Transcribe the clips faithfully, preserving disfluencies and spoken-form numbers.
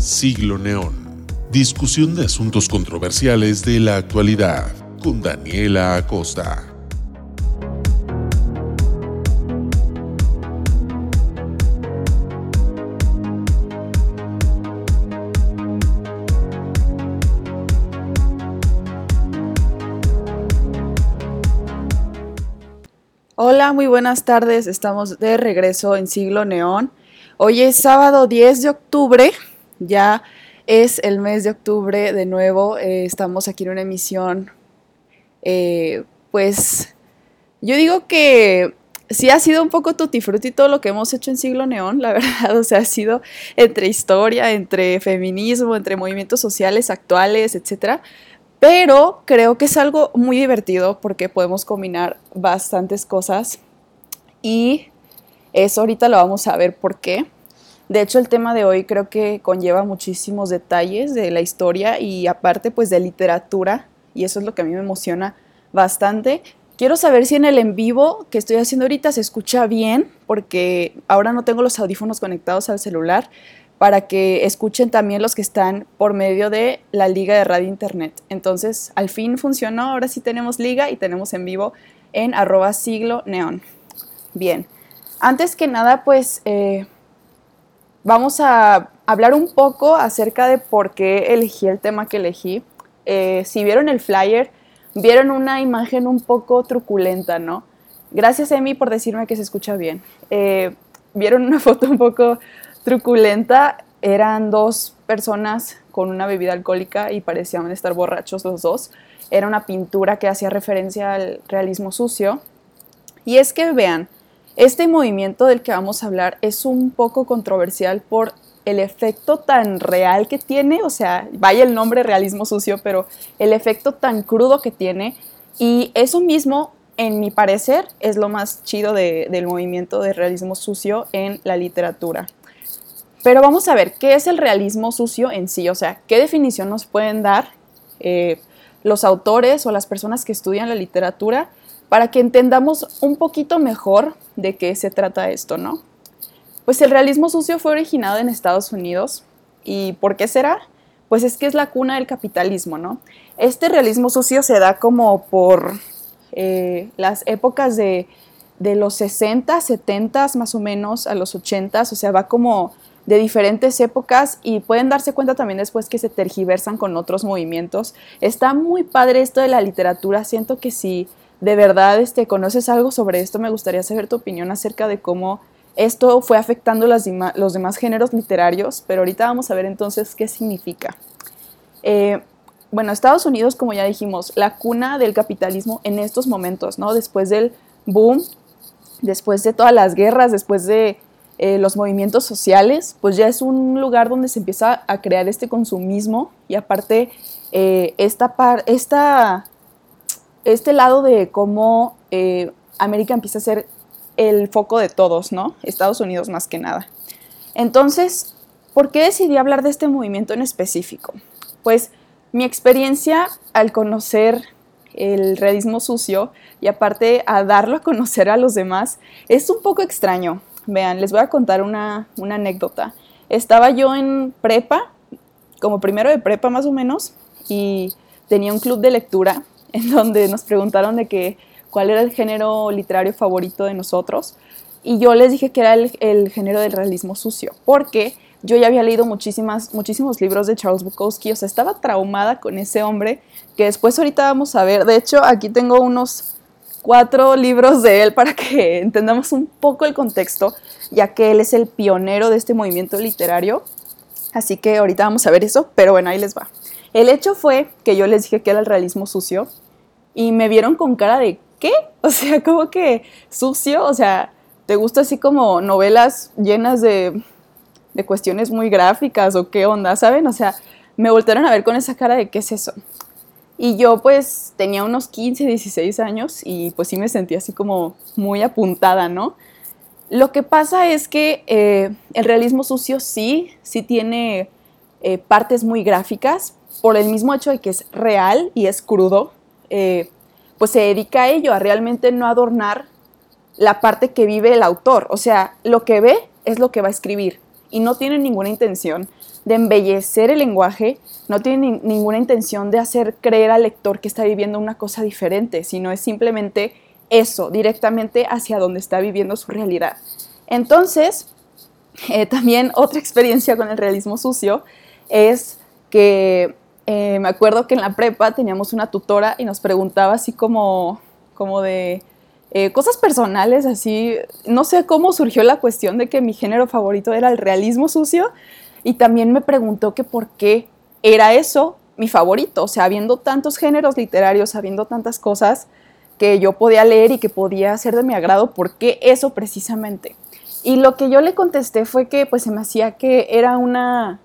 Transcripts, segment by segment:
Siglo Neón. Discusión de asuntos controversiales de la actualidad con Daniela Acosta. Hola, muy buenas tardes. Estamos de regreso en Siglo Neón. Hoy es sábado diez de octubre. Ya es el mes de octubre de nuevo. Eh, estamos aquí en una emisión. Eh, pues yo digo que sí ha sido un poco tutti frutti todo lo que hemos hecho en Siglo Neón, la verdad. O sea, ha sido entre historia, entre feminismo, entre movimientos sociales actuales, etcétera. Pero creo que es algo muy divertido porque podemos combinar bastantes cosas y eso ahorita lo vamos a ver por qué. De hecho, el tema de hoy creo que conlleva muchísimos detalles de la historia y aparte pues de literatura, y eso es lo que a mí me emociona bastante. Quiero saber si en el en vivo que estoy haciendo ahorita se escucha bien, porque ahora no tengo los audífonos conectados al celular, para que escuchen también los que están por medio de la Liga de Radio Internet. Entonces, al fin funcionó, ahora sí tenemos liga y tenemos en vivo en arroba siglo neón. Bien, antes que nada, pues eh, vamos a hablar un poco acerca de por qué elegí el tema que elegí. Eh, si vieron el flyer, vieron una imagen un poco truculenta, ¿no? Gracias, Emi, por decirme que se escucha bien. Eh, vieron una foto un poco truculenta. Eran dos personas con una bebida alcohólica y parecían estar borrachos los dos. Era una pintura que hacía referencia al realismo sucio. Y es que vean, este movimiento del que vamos a hablar es un poco controversial por el efecto tan real que tiene, o sea, vaya el nombre realismo sucio, pero el efecto tan crudo que tiene, y eso mismo, en mi parecer, es lo más chido de, del movimiento de realismo sucio en la literatura. Pero vamos a ver, ¿qué es el realismo sucio en sí? O sea, ¿qué definición nos pueden dar eh, los autores o las personas que estudian la literatura para que entendamos un poquito mejor de qué se trata esto, ¿no? Pues el realismo sucio fue originado en Estados Unidos. ¿Y por qué será? Pues es que es la cuna del capitalismo, ¿no? Este realismo sucio se da como por eh, las épocas de, de los sesenta, setenta más o menos a los ochenta, o sea, va como de diferentes épocas y pueden darse cuenta también después que se tergiversan con otros movimientos. Está muy padre esto de la literatura. Siento que si de verdad este, conoces algo sobre esto, me gustaría saber tu opinión acerca de cómo esto fue afectando las dima- los demás géneros literarios, pero ahorita vamos a ver entonces qué significa. Eh, bueno, Estados Unidos, como ya dijimos, la cuna del capitalismo en estos momentos, ¿no? Después del boom, después de todas las guerras, después de eh, los movimientos sociales, pues ya es un lugar donde se empieza a crear este consumismo y aparte eh, esta, par, esta este lado de cómo eh, América empieza a ser el foco de todos, ¿no? Estados Unidos más que nada. Entonces, ¿por qué decidí hablar de este movimiento en específico? Pues mi experiencia al conocer el realismo sucio y aparte a darlo a conocer a los demás es un poco extraño. Vean, les voy a contar una, una anécdota. Estaba yo en prepa, como primero de prepa más o menos, y tenía un club de lectura en donde nos preguntaron de que cuál era el género literario favorito de nosotros, y yo les dije que era el, el género del realismo sucio, porque yo ya había leído muchísimas, muchísimos libros de Charles Bukowski, o sea, estaba traumada con ese hombre, que después ahorita vamos a ver. De hecho, aquí tengo unos cuatro libros de él para que entendamos un poco el contexto, ya que él es el pionero de este movimiento literario, así que ahorita vamos a ver eso, pero bueno, ahí les va. El hecho fue que yo les dije que era el realismo sucio y me vieron con cara de ¿qué? O sea, ¿cómo que sucio? O sea, ¿te gusta así como novelas llenas de, de cuestiones muy gráficas o qué onda, saben? O sea, me voltearon a ver con esa cara de ¿qué es eso? Y yo pues tenía unos quince, dieciséis años y pues sí me sentía así como muy apuntada, ¿no? Lo que pasa es que eh, el realismo sucio sí, sí tiene eh, partes muy gráficas, por el mismo hecho de que es real y es crudo, eh, pues se dedica a ello, a realmente no adornar la parte que vive el autor. O sea, lo que ve es lo que va a escribir y no tiene ninguna intención de embellecer el lenguaje, no tiene ni, ninguna intención de hacer creer al lector que está viviendo una cosa diferente, sino es simplemente eso, directamente hacia donde está viviendo su realidad. Entonces, eh, también otra experiencia con el realismo sucio es que eh, me acuerdo que en la prepa teníamos una tutora y nos preguntaba así como, como de eh, cosas personales, así, no sé cómo surgió la cuestión de que mi género favorito era el realismo sucio, y también me preguntó que por qué era eso mi favorito, o sea, habiendo tantos géneros literarios, habiendo tantas cosas que yo podía leer y que podía ser de mi agrado, ¿por qué eso precisamente? Y lo que yo le contesté fue que pues se me hacía que era una,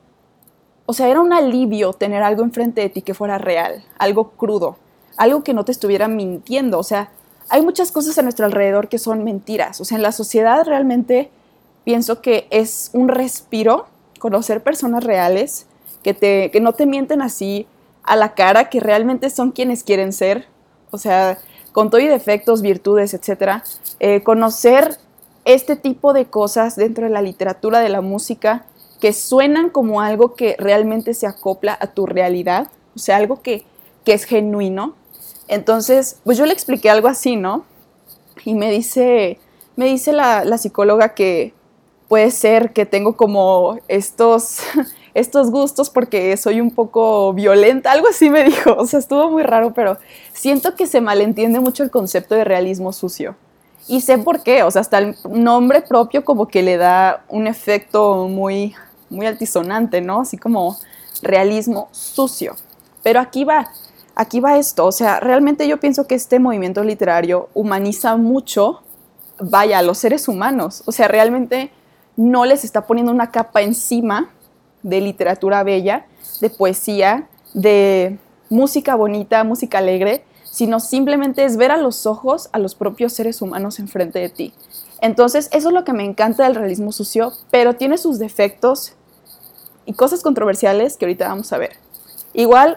o sea, era un alivio tener algo enfrente de ti que fuera real, algo crudo, algo que no te estuviera mintiendo, o sea, hay muchas cosas a nuestro alrededor que son mentiras, o sea, en la sociedad realmente pienso que es un respiro conocer personas reales, que, te, que no te mienten así a la cara, que realmente son quienes quieren ser, o sea, con todo y defectos, virtudes, etcétera. Eh, conocer este tipo de cosas dentro de la literatura, de la música, que suenan como algo que realmente se acopla a tu realidad, o sea, algo que, que es genuino. Entonces, pues yo le expliqué algo así, ¿no? Y me dice, me dice la, la psicóloga que puede ser que tengo como estos, estos gustos porque soy un poco violenta, algo así me dijo, o sea, estuvo muy raro, pero siento que se malentiende mucho el concepto de realismo sucio. Y sé por qué, o sea, hasta el nombre propio como que le da un efecto muy, muy altisonante, ¿no? Así como realismo sucio. Pero aquí va, aquí va esto, o sea, realmente yo pienso que este movimiento literario humaniza mucho, vaya, a los seres humanos, o sea, realmente no les está poniendo una capa encima de literatura bella, de poesía, de música bonita, música alegre, sino simplemente es ver a los ojos a los propios seres humanos enfrente de ti. Entonces, eso es lo que me encanta del realismo sucio, pero tiene sus defectos y cosas controversiales que ahorita vamos a ver. Igual,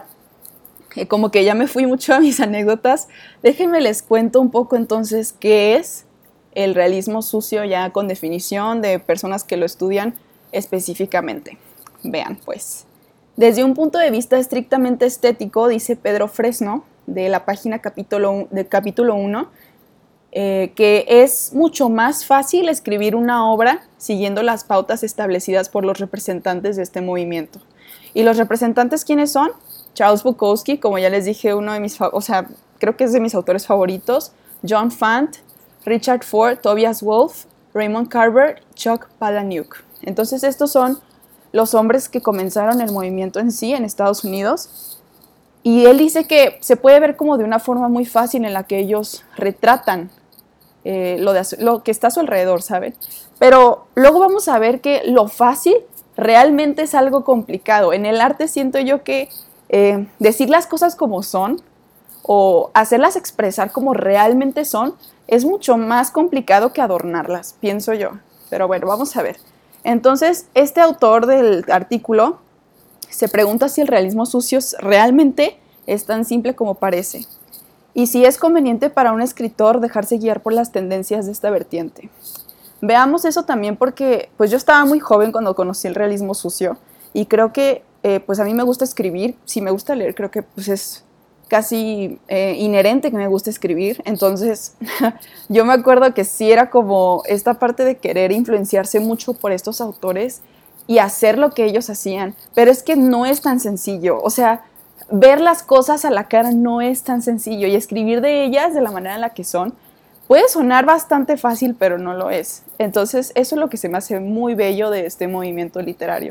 eh, como que ya me fui mucho a mis anécdotas, déjenme les cuento un poco entonces qué es el realismo sucio ya con definición de personas que lo estudian específicamente. Vean, pues. Desde un punto de vista estrictamente estético, dice Pedro Fresno, de la página capítulo, de capítulo uno, eh, que es mucho más fácil escribir una obra siguiendo las pautas establecidas por los representantes de este movimiento. ¿Y los representantes quiénes son? Charles Bukowski, como ya les dije, uno de mis, o sea, creo que es de mis autores favoritos, John Fant, Richard Ford, Tobias Wolff, Raymond Carver, Chuck Palahniuk. Entonces estos son los hombres que comenzaron el movimiento en sí en Estados Unidos, y él dice que se puede ver como de una forma muy fácil en la que ellos retratan eh, lo, de, lo que está a su alrededor, ¿saben? Pero luego vamos a ver que lo fácil realmente es algo complicado. En el arte siento yo que eh, decir las cosas como son o hacerlas expresar como realmente son es mucho más complicado que adornarlas, pienso yo. Pero bueno, vamos a ver. Entonces, este autor del artículo se pregunta si el realismo sucio realmente es tan simple como parece, y si es conveniente para un escritor dejarse guiar por las tendencias de esta vertiente. Veamos eso también porque pues yo estaba muy joven cuando conocí el realismo sucio, y creo que eh, pues a mí me gusta escribir, si me gusta leer, creo que pues es casi eh, inherente que me gusta escribir. Entonces yo me acuerdo que sí era como esta parte de querer influenciarse mucho por estos autores y hacer lo que ellos hacían, pero es que no es tan sencillo, o sea, ver las cosas a la cara no es tan sencillo, y escribir de ellas de la manera en la que son puede sonar bastante fácil, pero no lo es. Entonces eso es lo que se me hace muy bello de este movimiento literario.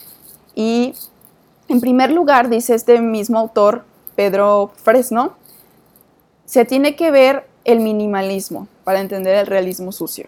Y en primer lugar, dice este mismo autor, Pedro Fresno, se tiene que ver el minimalismo para entender el realismo sucio.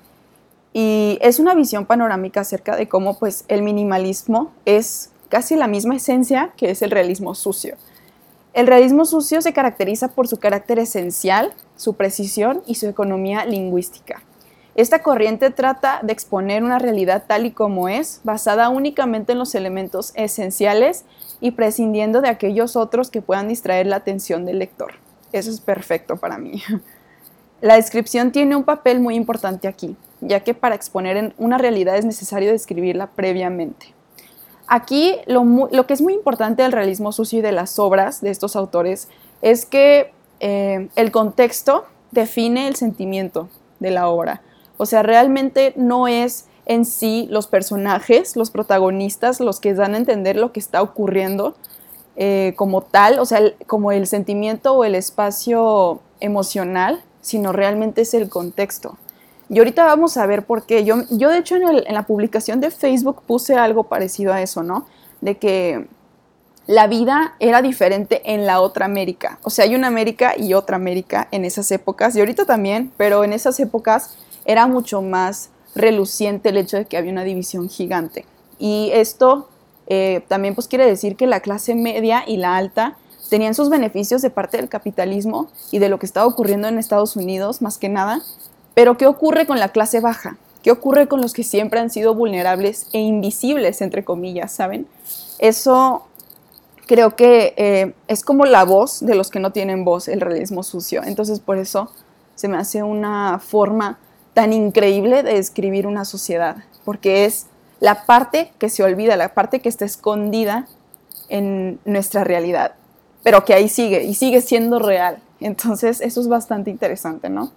Y es una visión panorámica acerca de cómo pues, el minimalismo es casi la misma esencia que es el realismo sucio. El realismo sucio se caracteriza por su carácter esencial, su precisión y su economía lingüística. Esta corriente trata de exponer una realidad tal y como es, basada únicamente en los elementos esenciales y prescindiendo de aquellos otros que puedan distraer la atención del lector. Eso es perfecto para mí. La descripción tiene un papel muy importante aquí, ya que para exponer una realidad es necesario describirla previamente. Aquí lo, lo que es muy importante del realismo sucio y de las obras de estos autores es que eh, el contexto define el sentimiento de la obra. O sea, realmente no es en sí los personajes, los protagonistas, los que dan a entender lo que está ocurriendo eh, como tal, o sea, el, como el sentimiento o el espacio emocional, sino realmente es el contexto. Y ahorita vamos a ver por qué. Yo, yo de hecho, en, el, en la publicación de Facebook puse algo parecido a eso, ¿no? De que la vida era diferente en la otra América. O sea, hay una América y otra América en esas épocas, y ahorita también, pero en esas épocas era mucho más reluciente el hecho de que había una división gigante. Y esto eh, también pues quiere decir que la clase media y la alta tenían sus beneficios de parte del capitalismo y de lo que estaba ocurriendo en Estados Unidos, más que nada. Pero ¿qué ocurre con la clase baja? ¿Qué ocurre con los que siempre han sido vulnerables e invisibles, entre comillas, ¿saben? Eso creo que eh, es como la voz de los que no tienen voz, el realismo sucio. Entonces, por eso se me hace una forma tan increíble de describir una sociedad, porque es la parte que se olvida, la parte que está escondida en nuestra realidad, pero que ahí sigue, y sigue siendo real. Entonces, eso es bastante interesante, ¿no?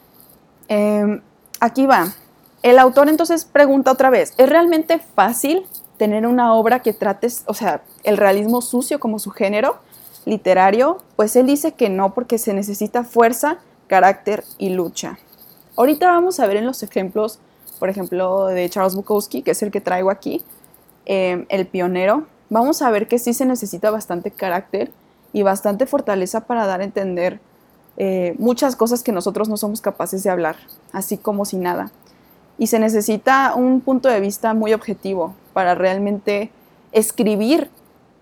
Eh, aquí va. El autor entonces pregunta otra vez, ¿es realmente fácil tener una obra que trate, o sea, el realismo sucio como su género literario? Pues él dice que no, porque se necesita fuerza, carácter y lucha. Ahorita vamos a ver en los ejemplos, por ejemplo, de Charles Bukowski, que es el que traigo aquí, eh, El pionero. Vamos a ver que sí se necesita bastante carácter y bastante fortaleza para dar a entender Eh, muchas cosas que nosotros no somos capaces de hablar, así como si nada. Y se necesita un punto de vista muy objetivo para realmente escribir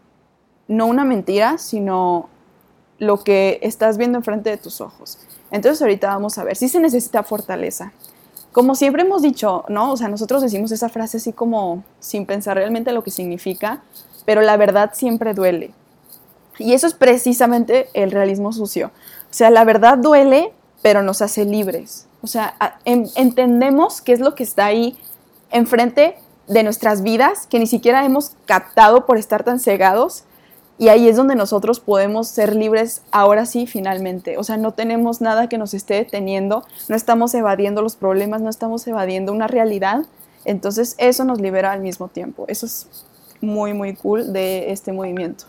no una mentira, sino lo que estás viendo enfrente de tus ojos. Entonces ahorita vamos a ver, sí se necesita fortaleza. Como siempre hemos dicho, ¿no? O sea, nosotros decimos esa frase así como sin pensar realmente lo que significa, pero la verdad siempre duele. Y eso es precisamente el realismo sucio. O sea, la verdad duele, pero nos hace libres. O sea, a, en, entendemos qué es lo que está ahí enfrente de nuestras vidas, que ni siquiera hemos captado por estar tan cegados. Y ahí es donde nosotros podemos ser libres ahora sí, finalmente. O sea, no tenemos nada que nos esté deteniendo, no estamos evadiendo los problemas, no estamos evadiendo una realidad. Entonces, eso nos libera al mismo tiempo. Eso es muy, muy cool de este movimiento.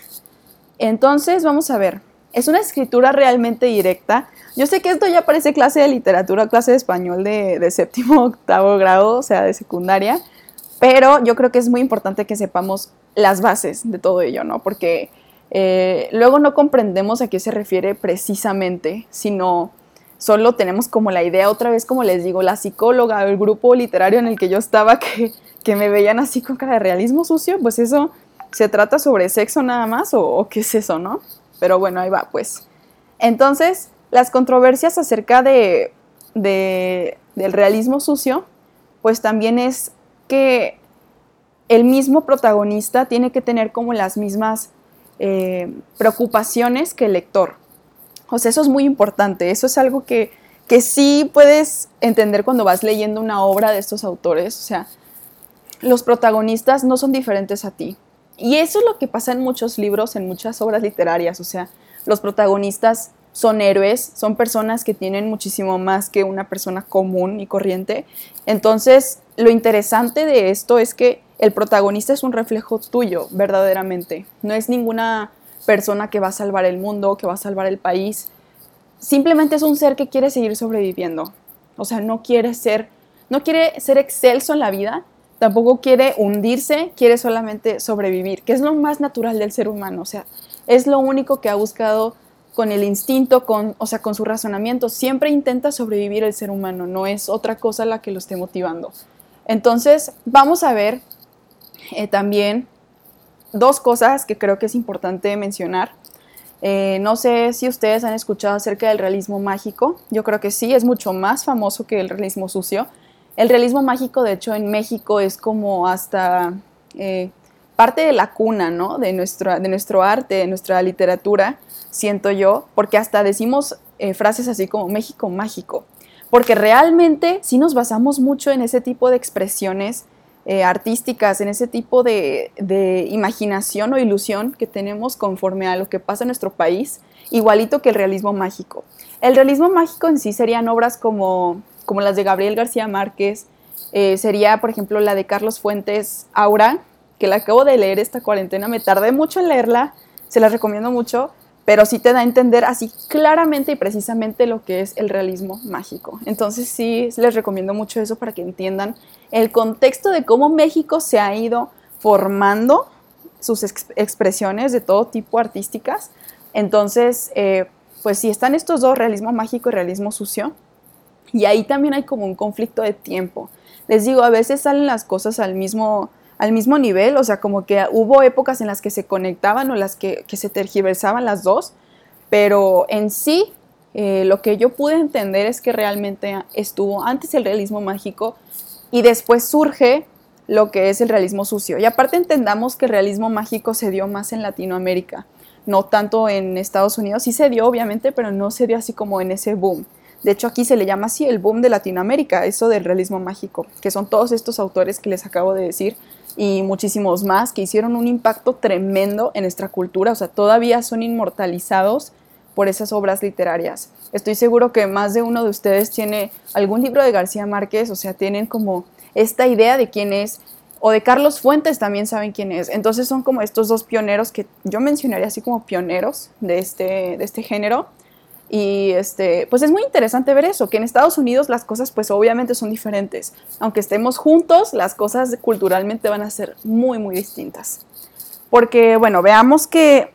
Entonces, vamos a ver. Es una escritura realmente directa. Yo sé que esto ya parece clase de literatura, clase de español de, de séptimo, octavo grado, o sea, de secundaria, pero yo creo que es muy importante que sepamos las bases de todo ello, ¿no? Porque eh, luego no comprendemos a qué se refiere precisamente, sino solo tenemos como la idea, otra vez como les digo, la psicóloga o el grupo literario en el que yo estaba, que, que me veían así con cara de realismo sucio, pues eso se trata sobre sexo nada más, o, o qué es eso, ¿no? Pero bueno, ahí va, pues. Entonces, las controversias acerca de, de, del realismo sucio, pues también es que el mismo protagonista tiene que tener como las mismas eh, preocupaciones que el lector. O sea, eso es muy importante. Eso es algo que, que sí puedes entender cuando vas leyendo una obra de estos autores. O sea, los protagonistas no son diferentes a ti. Y eso es lo que pasa en muchos libros, en muchas obras literarias. O sea, los protagonistas son héroes, son personas que tienen muchísimo más que una persona común y corriente. Entonces, lo interesante de esto es que el protagonista es un reflejo tuyo, verdaderamente. No es ninguna persona que va a salvar el mundo, que va a salvar el país. Simplemente es un ser que quiere seguir sobreviviendo. O sea, no quiere ser, no quiere ser excelso en la vida, tampoco quiere hundirse, quiere solamente sobrevivir, que es lo más natural del ser humano. O sea, es lo único que ha buscado con el instinto, con, o sea, con su razonamiento. Siempre intenta sobrevivir el ser humano, no es otra cosa la que lo esté motivando. Entonces, vamos a ver eh, también dos cosas que creo que es importante mencionar. Eh, no sé si ustedes han escuchado acerca del realismo mágico. Yo creo que sí, es mucho más famoso que el realismo sucio. El realismo mágico, de hecho, en México es como hasta eh, parte de la cuna, ¿no? De nuestro, de nuestro arte, de nuestra literatura, siento yo, porque hasta decimos eh, frases así como México mágico, porque realmente sí nos basamos mucho en ese tipo de expresiones eh, artísticas, en ese tipo de, de imaginación o ilusión que tenemos conforme a lo que pasa en nuestro país, igualito que el realismo mágico. El realismo mágico en sí serían obras como, como las de Gabriel García Márquez, eh, sería por ejemplo la de Carlos Fuentes, Aura, que la acabo de leer esta cuarentena, me tardé mucho en leerla, se las recomiendo mucho, pero sí te da a entender así claramente y precisamente lo que es el realismo mágico. Entonces sí les recomiendo mucho eso para que entiendan el contexto de cómo México se ha ido formando sus ex- expresiones de todo tipo artísticas. Entonces, eh, pues sí están estos dos, realismo mágico y realismo sucio, y ahí también hay como un conflicto de tiempo. Les digo, a veces salen las cosas al mismo, al mismo nivel, o sea, como que hubo épocas en las que se conectaban o las que, que se tergiversaban las dos, pero en sí, eh, lo que yo pude entender es que realmente estuvo antes el realismo mágico y después surge lo que es el realismo sucio. Y aparte entendamos que el realismo mágico se dio más en Latinoamérica, no tanto en Estados Unidos. Sí se dio, obviamente, pero no se dio así como en ese boom. De hecho, aquí se le llama así el boom de Latinoamérica, eso del realismo mágico, que son todos estos autores que les acabo de decir y muchísimos más que hicieron un impacto tremendo en nuestra cultura, o sea, todavía son inmortalizados por esas obras literarias. Estoy seguro que más de uno de ustedes tiene algún libro de García Márquez, o sea, tienen como esta idea de quién es, o de Carlos Fuentes también saben quién es. Entonces son como estos dos pioneros que yo mencionaría así como pioneros de este, de este género. Y este, pues es muy interesante ver eso, que en Estados Unidos las cosas pues obviamente son diferentes. Aunque estemos juntos, las cosas culturalmente van a ser muy, muy distintas. Porque, bueno, veamos que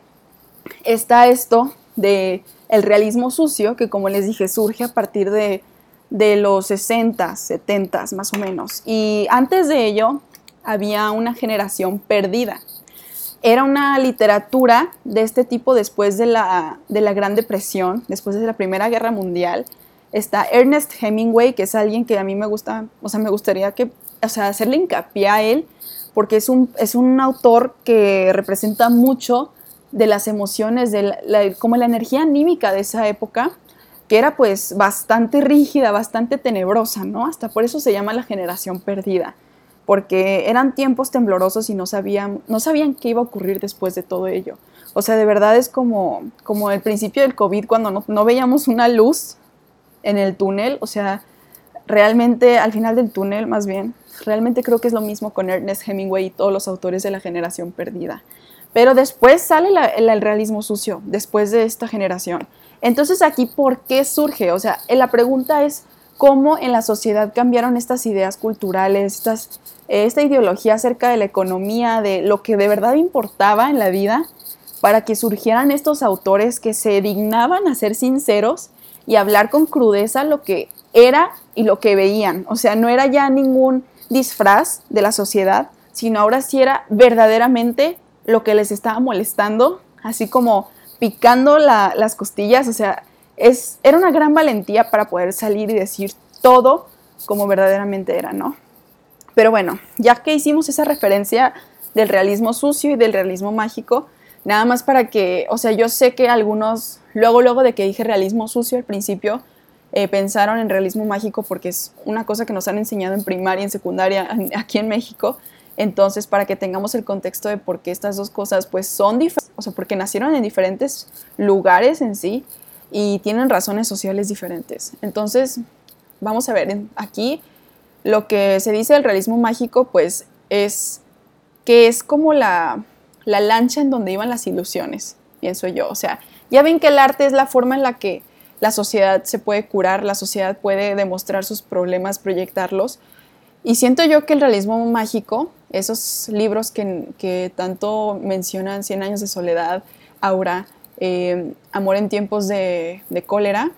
está esto de el realismo sucio, que como les dije, surge a partir de, de los sesenta, setenta más o menos. Y antes de ello había una generación perdida. Era una literatura de este tipo después de la, de la Gran Depresión, después de la Primera Guerra Mundial. Está Ernest Hemingway, que es alguien que a mí me gusta, o sea, me gustaría que, o sea, hacerle hincapié a él, porque es un, es un autor que representa mucho de las emociones, de la, la, como la energía anímica de esa época, que era pues bastante rígida, bastante tenebrosa, ¿no? Hasta por eso se llama la generación perdida, porque eran tiempos temblorosos y no sabían, no sabían qué iba a ocurrir después de todo ello. O sea, de verdad es como, como el principio del COVID, cuando no, no veíamos una luz en el túnel, o sea, realmente al final del túnel, más bien, realmente creo que es lo mismo con Ernest Hemingway y todos los autores de la generación perdida. Pero después sale la, el, el realismo sucio, después de esta generación. Entonces aquí, ¿por qué surge? O sea, la pregunta es, cómo en la sociedad cambiaron estas ideas culturales, estas, eh, esta ideología acerca de la economía, de lo que de verdad importaba en la vida, para que surgieran estos autores que se dignaban a ser sinceros y hablar con crudeza lo que era y lo que veían. O sea, no era ya ningún disfraz de la sociedad, sino ahora sí era verdaderamente lo que les estaba molestando, así como picando la, las costillas, o sea, Es, era una gran valentía para poder salir y decir todo como verdaderamente era, ¿no? Pero bueno, ya que hicimos esa referencia del realismo sucio y del realismo mágico, nada más para que, o sea, yo sé que algunos, luego, luego de que dije realismo sucio al principio, eh, pensaron en realismo mágico porque es una cosa que nos han enseñado en primaria y en secundaria aquí en México. Entonces, para que tengamos el contexto de por qué estas dos cosas pues son diferentes, o sea, porque nacieron en diferentes lugares en sí, y tienen razones sociales diferentes. Entonces, vamos a ver, aquí lo que se dice del realismo mágico, pues, es que es como la, la lancha en donde iban las ilusiones, pienso yo. O sea, ya ven que el arte es la forma en la que la sociedad se puede curar, la sociedad puede demostrar sus problemas, proyectarlos. Y siento yo que el realismo mágico, esos libros que, que tanto mencionan, Cien años de soledad, Aura, Eh, Amor en tiempos de, de cólera,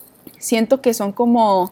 siento que son como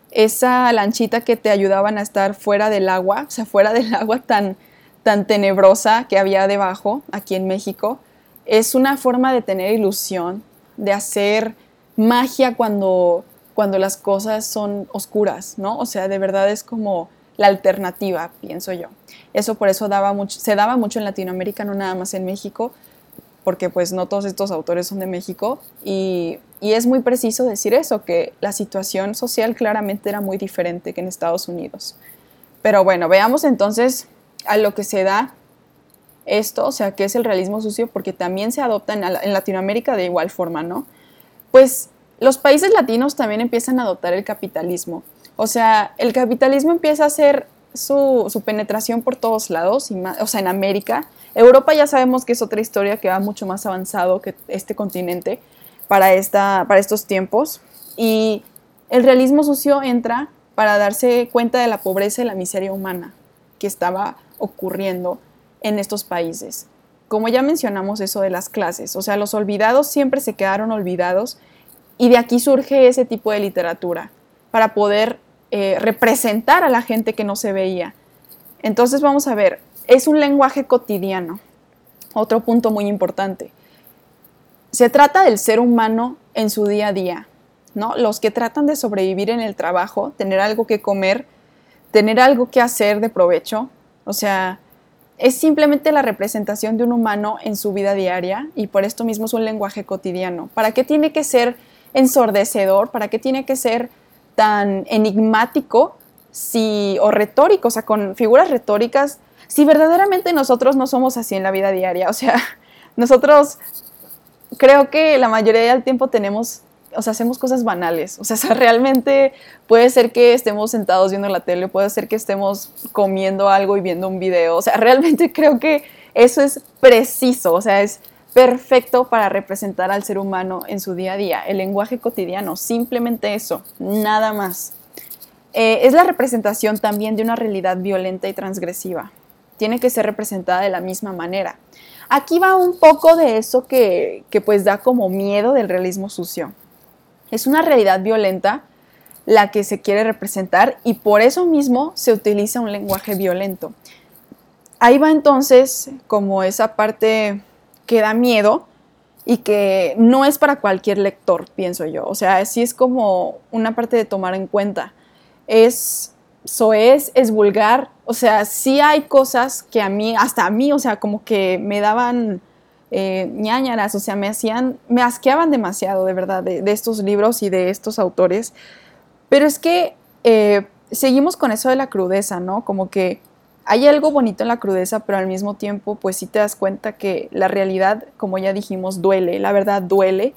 esa lanchita que te ayudaban a estar fuera del agua, o sea, fuera del agua tan, tan tenebrosa que había debajo, aquí en México. Es una forma de tener ilusión, de hacer magia cuando, cuando las cosas son oscuras, ¿no? O sea, de verdad es como la alternativa, pienso yo. Eso por eso daba mucho, se daba mucho en Latinoamérica, no nada más en México, porque pues no todos estos autores son de México, y, y es muy preciso decir eso, que la situación social claramente era muy diferente que en Estados Unidos. Pero bueno, veamos entonces a lo que se da esto, o sea, qué es el realismo sucio, porque también se adopta en, en Latinoamérica de igual forma, ¿no? Pues los países latinos también empiezan a adoptar el capitalismo. O sea, el capitalismo empieza a hacer su, su penetración por todos lados, y más, o sea, en América. Europa ya sabemos que es otra historia que va mucho más avanzado que este continente para, esta, para estos tiempos. Y el realismo sucio entra para darse cuenta de la pobreza y la miseria humana que estaba ocurriendo en estos países. Como ya mencionamos eso de las clases, o sea, los olvidados siempre se quedaron olvidados y de aquí surge ese tipo de literatura para poder eh, representar a la gente que no se veía. Entonces vamos a ver, es un lenguaje cotidiano, otro punto muy importante. Se trata del ser humano en su día a día, ¿no? Los que tratan de sobrevivir en el trabajo, tener algo que comer, tener algo que hacer de provecho, o sea, es simplemente la representación de un humano en su vida diaria y por esto mismo es un lenguaje cotidiano. ¿Para qué tiene que ser ensordecedor? ¿Para qué tiene que ser tan enigmático si, o retórico, o sea, con figuras retóricas, si verdaderamente nosotros no somos así en la vida diaria? O sea, nosotros creo que la mayoría del tiempo tenemos, o sea, hacemos cosas banales. O sea, realmente puede ser que estemos sentados viendo la tele, puede ser que estemos comiendo algo y viendo un video. O sea, realmente creo que eso es preciso, o sea, es perfecto para representar al ser humano en su día a día. El lenguaje cotidiano, simplemente eso, nada más. Eh, es la representación también de una realidad violenta y transgresiva. Tiene que ser representada de la misma manera. Aquí va un poco de eso que, que pues da como miedo del realismo sucio. Es una realidad violenta la que se quiere representar y por eso mismo se utiliza un lenguaje violento. Ahí va entonces como esa parte que da miedo y que no es para cualquier lector, pienso yo. O sea, sí es como una parte de tomar en cuenta. Es soez, es vulgar. O sea, sí hay cosas que a mí, hasta a mí, o sea, como que me daban eh, ñáñaras, o sea, me hacían, me asqueaban demasiado, de verdad, de, de estos libros y de estos autores. Pero es que eh, seguimos con eso de la crudeza, ¿no? Como que hay algo bonito en la crudeza, pero al mismo tiempo, pues sí te das cuenta que la realidad, como ya dijimos, duele, la verdad duele.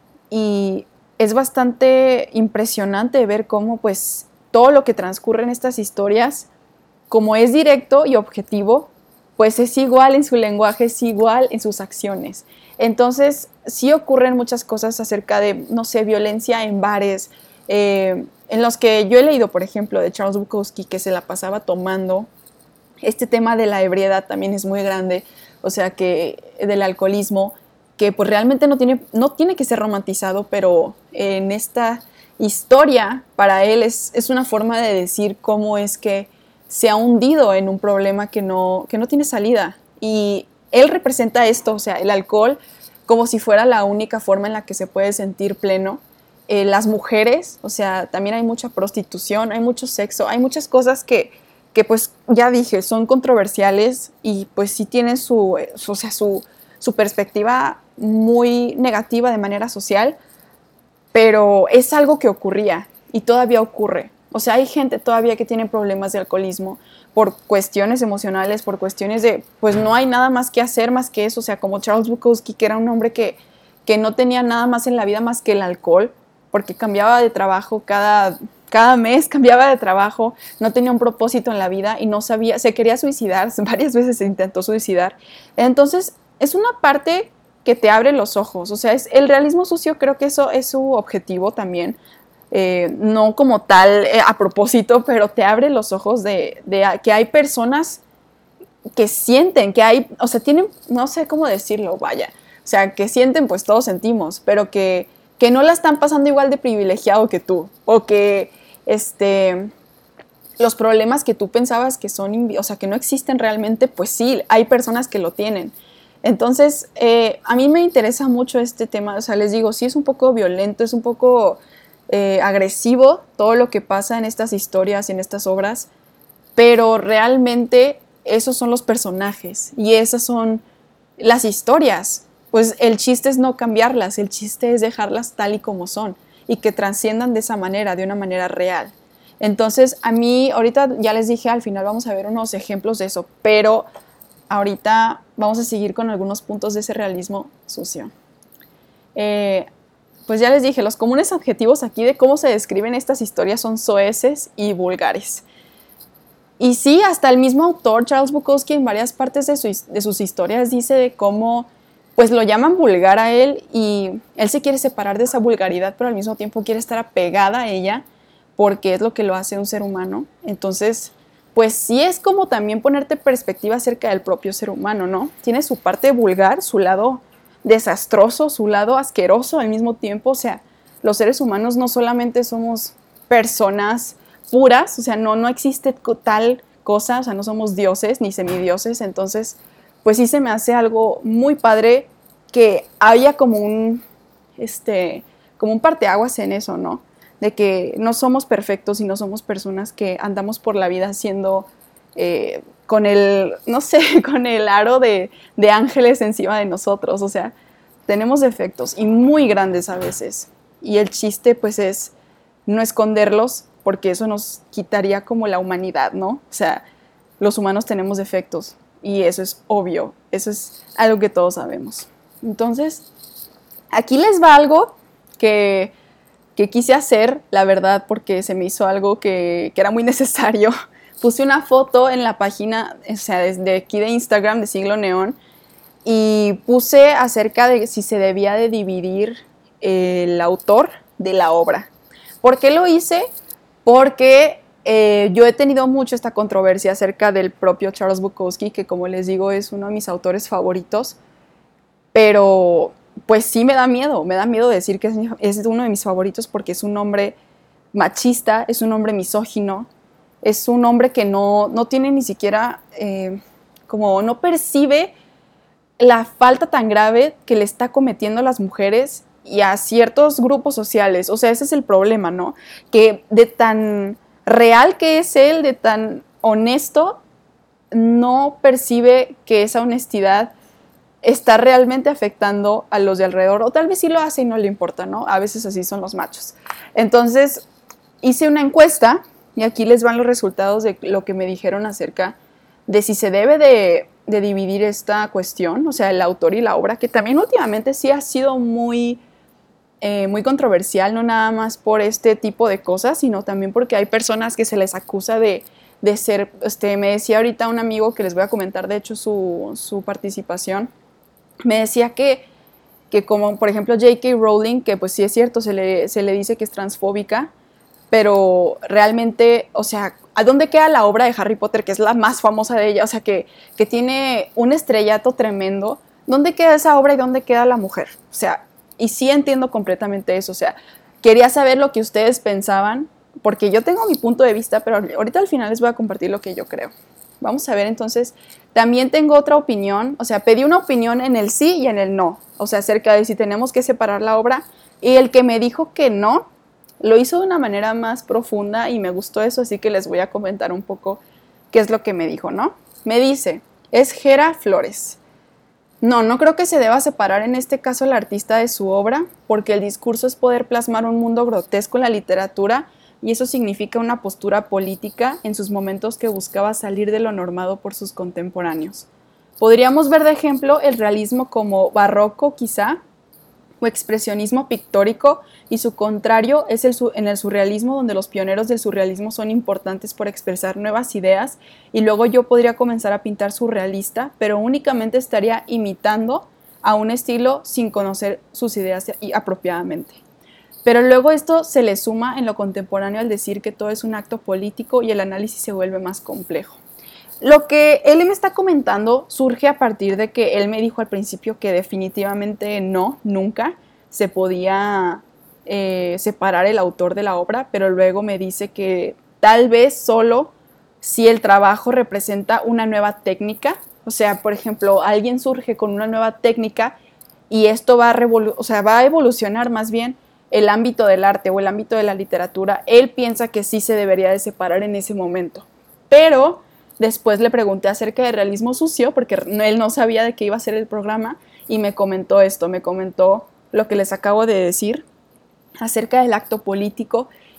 Y es bastante impresionante ver cómo, pues, todo lo que transcurre en estas historias, como es directo y objetivo, pues es igual en su lenguaje, es igual en sus acciones. Entonces, sí ocurren muchas cosas acerca de, no sé, violencia en bares, eh, en los que yo he leído, por ejemplo, de Charles Bukowski, que se la pasaba tomando. Este tema de la ebriedad también es muy grande, o sea, que del alcoholismo, que pues realmente no tiene, no tiene que ser romantizado, pero en esta historia para él es, es una forma de decir cómo es que se ha hundido en un problema que no, que no tiene salida. Y él representa esto, o sea, el alcohol como si fuera la única forma en la que se puede sentir pleno. Eh, las mujeres, o sea, también hay mucha prostitución, hay mucho sexo, hay muchas cosas que, que pues ya dije, son controversiales y pues sí tienen su, su, o sea, su, su perspectiva muy negativa de manera social, pero es algo que ocurría y todavía ocurre. O sea, hay gente todavía que tiene problemas de alcoholismo por cuestiones emocionales, por cuestiones de, pues no hay nada más que hacer más que eso. O sea, como Charles Bukowski, que era un hombre que, que no tenía nada más en la vida más que el alcohol, porque cambiaba de trabajo cada, cada mes, cambiaba de trabajo, no tenía un propósito en la vida y no sabía, se quería suicidar, varias veces se intentó suicidar. Entonces, es una parte que te abre los ojos. O sea, es, el realismo sucio creo que eso es su objetivo también. Eh, no como tal eh, a propósito, pero te abre los ojos de, de que hay personas que sienten, que hay, o sea, tienen, no sé cómo decirlo, vaya, o sea, que sienten, pues todos sentimos, pero que, que no la están pasando igual de privilegiado que tú, o que este, los problemas que tú pensabas que son, o sea, que no existen realmente, pues sí, hay personas que lo tienen. Entonces, eh, a mí me interesa mucho este tema, o sea, les digo, sí es un poco violento, es un poco Eh, agresivo todo lo que pasa en estas historias y en estas obras, pero realmente esos son los personajes y esas son las historias. Pues el chiste es no cambiarlas, el chiste es dejarlas tal y como son y que trasciendan de esa manera, de una manera real. Entonces, a mí, ahorita ya les dije, al final vamos a ver unos ejemplos de eso, pero ahorita vamos a seguir con algunos puntos de ese realismo sucio. Eh, pues ya les dije, los comunes adjetivos aquí de cómo se describen estas historias son soeces y vulgares. Y sí, hasta el mismo autor, Charles Bukowski, en varias partes de, su, de sus historias dice de cómo pues lo llaman vulgar a él y él se quiere separar de esa vulgaridad, pero al mismo tiempo quiere estar apegada a ella porque es lo que lo hace un ser humano. Entonces, pues sí es como también ponerte perspectiva acerca del propio ser humano, ¿no? Tiene su parte vulgar, su lado desastroso, su lado asqueroso al mismo tiempo. O sea, los seres humanos no solamente somos personas puras, o sea, no, no existe tal cosa, o sea, no somos dioses ni semidioses, entonces, pues sí se me hace algo muy padre que haya como un, este, como un parteaguas en eso, ¿no? De que no somos perfectos y no somos personas que andamos por la vida siendo, eh, con el, no sé, con el aro de, de ángeles encima de nosotros, o sea, tenemos defectos y muy grandes a veces, y el chiste, pues, es no esconderlos, porque eso nos quitaría como la humanidad, ¿no? O sea, los humanos tenemos defectos y eso es obvio, eso es algo que todos sabemos. Entonces, aquí les va algo que, que quise hacer, la verdad, porque se me hizo algo que, que era muy necesario. Puse una foto en la página, o sea, desde aquí de Instagram, de Siglo Neón, y puse acerca de si se debía de dividir el autor de la obra. ¿Por qué lo hice? Porque eh, yo he tenido mucho esta controversia acerca del propio Charles Bukowski, que como les digo es uno de mis autores favoritos, pero pues sí me da miedo, me da miedo decir que es, es uno de mis favoritos porque es un hombre machista, es un hombre misógino, es un hombre que no, no tiene ni siquiera, eh, como no percibe la falta tan grave que le está cometiendo a las mujeres y a ciertos grupos sociales. O sea, ese es el problema, ¿no? Que de tan real que es él, de tan honesto, no percibe que esa honestidad está realmente afectando a los de alrededor, o tal vez sí lo hace y no le importa, ¿no? A veces así son los machos. Entonces, hice una encuesta y aquí les van los resultados de lo que me dijeron acerca de si se debe de, de dividir esta cuestión, o sea, el autor y la obra, que también últimamente sí ha sido muy... Eh, muy controversial, no nada más por este tipo de cosas, sino también porque hay personas que se les acusa de, de ser, este, me decía ahorita un amigo que les voy a comentar, de hecho, su, su participación, me decía que, que como, por ejemplo, J K Rowling, que pues sí es cierto, se le, se le dice que es transfóbica, pero realmente, o sea, ¿a dónde queda la obra de Harry Potter, que es la más famosa de ella? O sea, que, que tiene un estrellato tremendo. ¿Dónde queda esa obra y dónde queda la mujer? O sea, y sí entiendo completamente eso, o sea, quería saber lo que ustedes pensaban, porque yo tengo mi punto de vista, pero ahorita al final les voy a compartir lo que yo creo. Vamos a ver entonces, también tengo otra opinión, o sea, pedí una opinión en el sí y en el no, o sea, acerca de si tenemos que separar la obra, y el que me dijo que no, lo hizo de una manera más profunda y me gustó eso, así que les voy a comentar un poco qué es lo que me dijo, ¿no? Me dice, es Gera Flores. No, no creo que se deba separar en este caso al artista de su obra, porque el discurso es poder plasmar un mundo grotesco en la literatura y eso significa una postura política en sus momentos que buscaba salir de lo normado por sus contemporáneos. Podríamos ver de ejemplo el realismo como barroco quizá, o expresionismo pictórico, y su contrario es el su- en el surrealismo, donde los pioneros del surrealismo son importantes por expresar nuevas ideas, y luego yo podría comenzar a pintar surrealista, pero únicamente estaría imitando a un estilo sin conocer sus ideas y- apropiadamente. Pero luego esto se le suma en lo contemporáneo al decir que todo es un acto político y el análisis se vuelve más complejo. Lo que él me está comentando surge a partir de que él me dijo al principio que definitivamente no, nunca se podía eh, separar el autor de la obra, pero luego me dice que tal vez solo si el trabajo representa una nueva técnica, o sea, por ejemplo, alguien surge con una nueva técnica y esto va a, revolu- o sea, va a evolucionar más bien el ámbito del arte o el ámbito de la literatura, él piensa que sí se debería de separar en ese momento, pero después le pregunté acerca del realismo sucio, porque él no sabía de qué iba a ser el programa, y me comentó esto, me comentó lo que les acabo de decir acerca del acto político,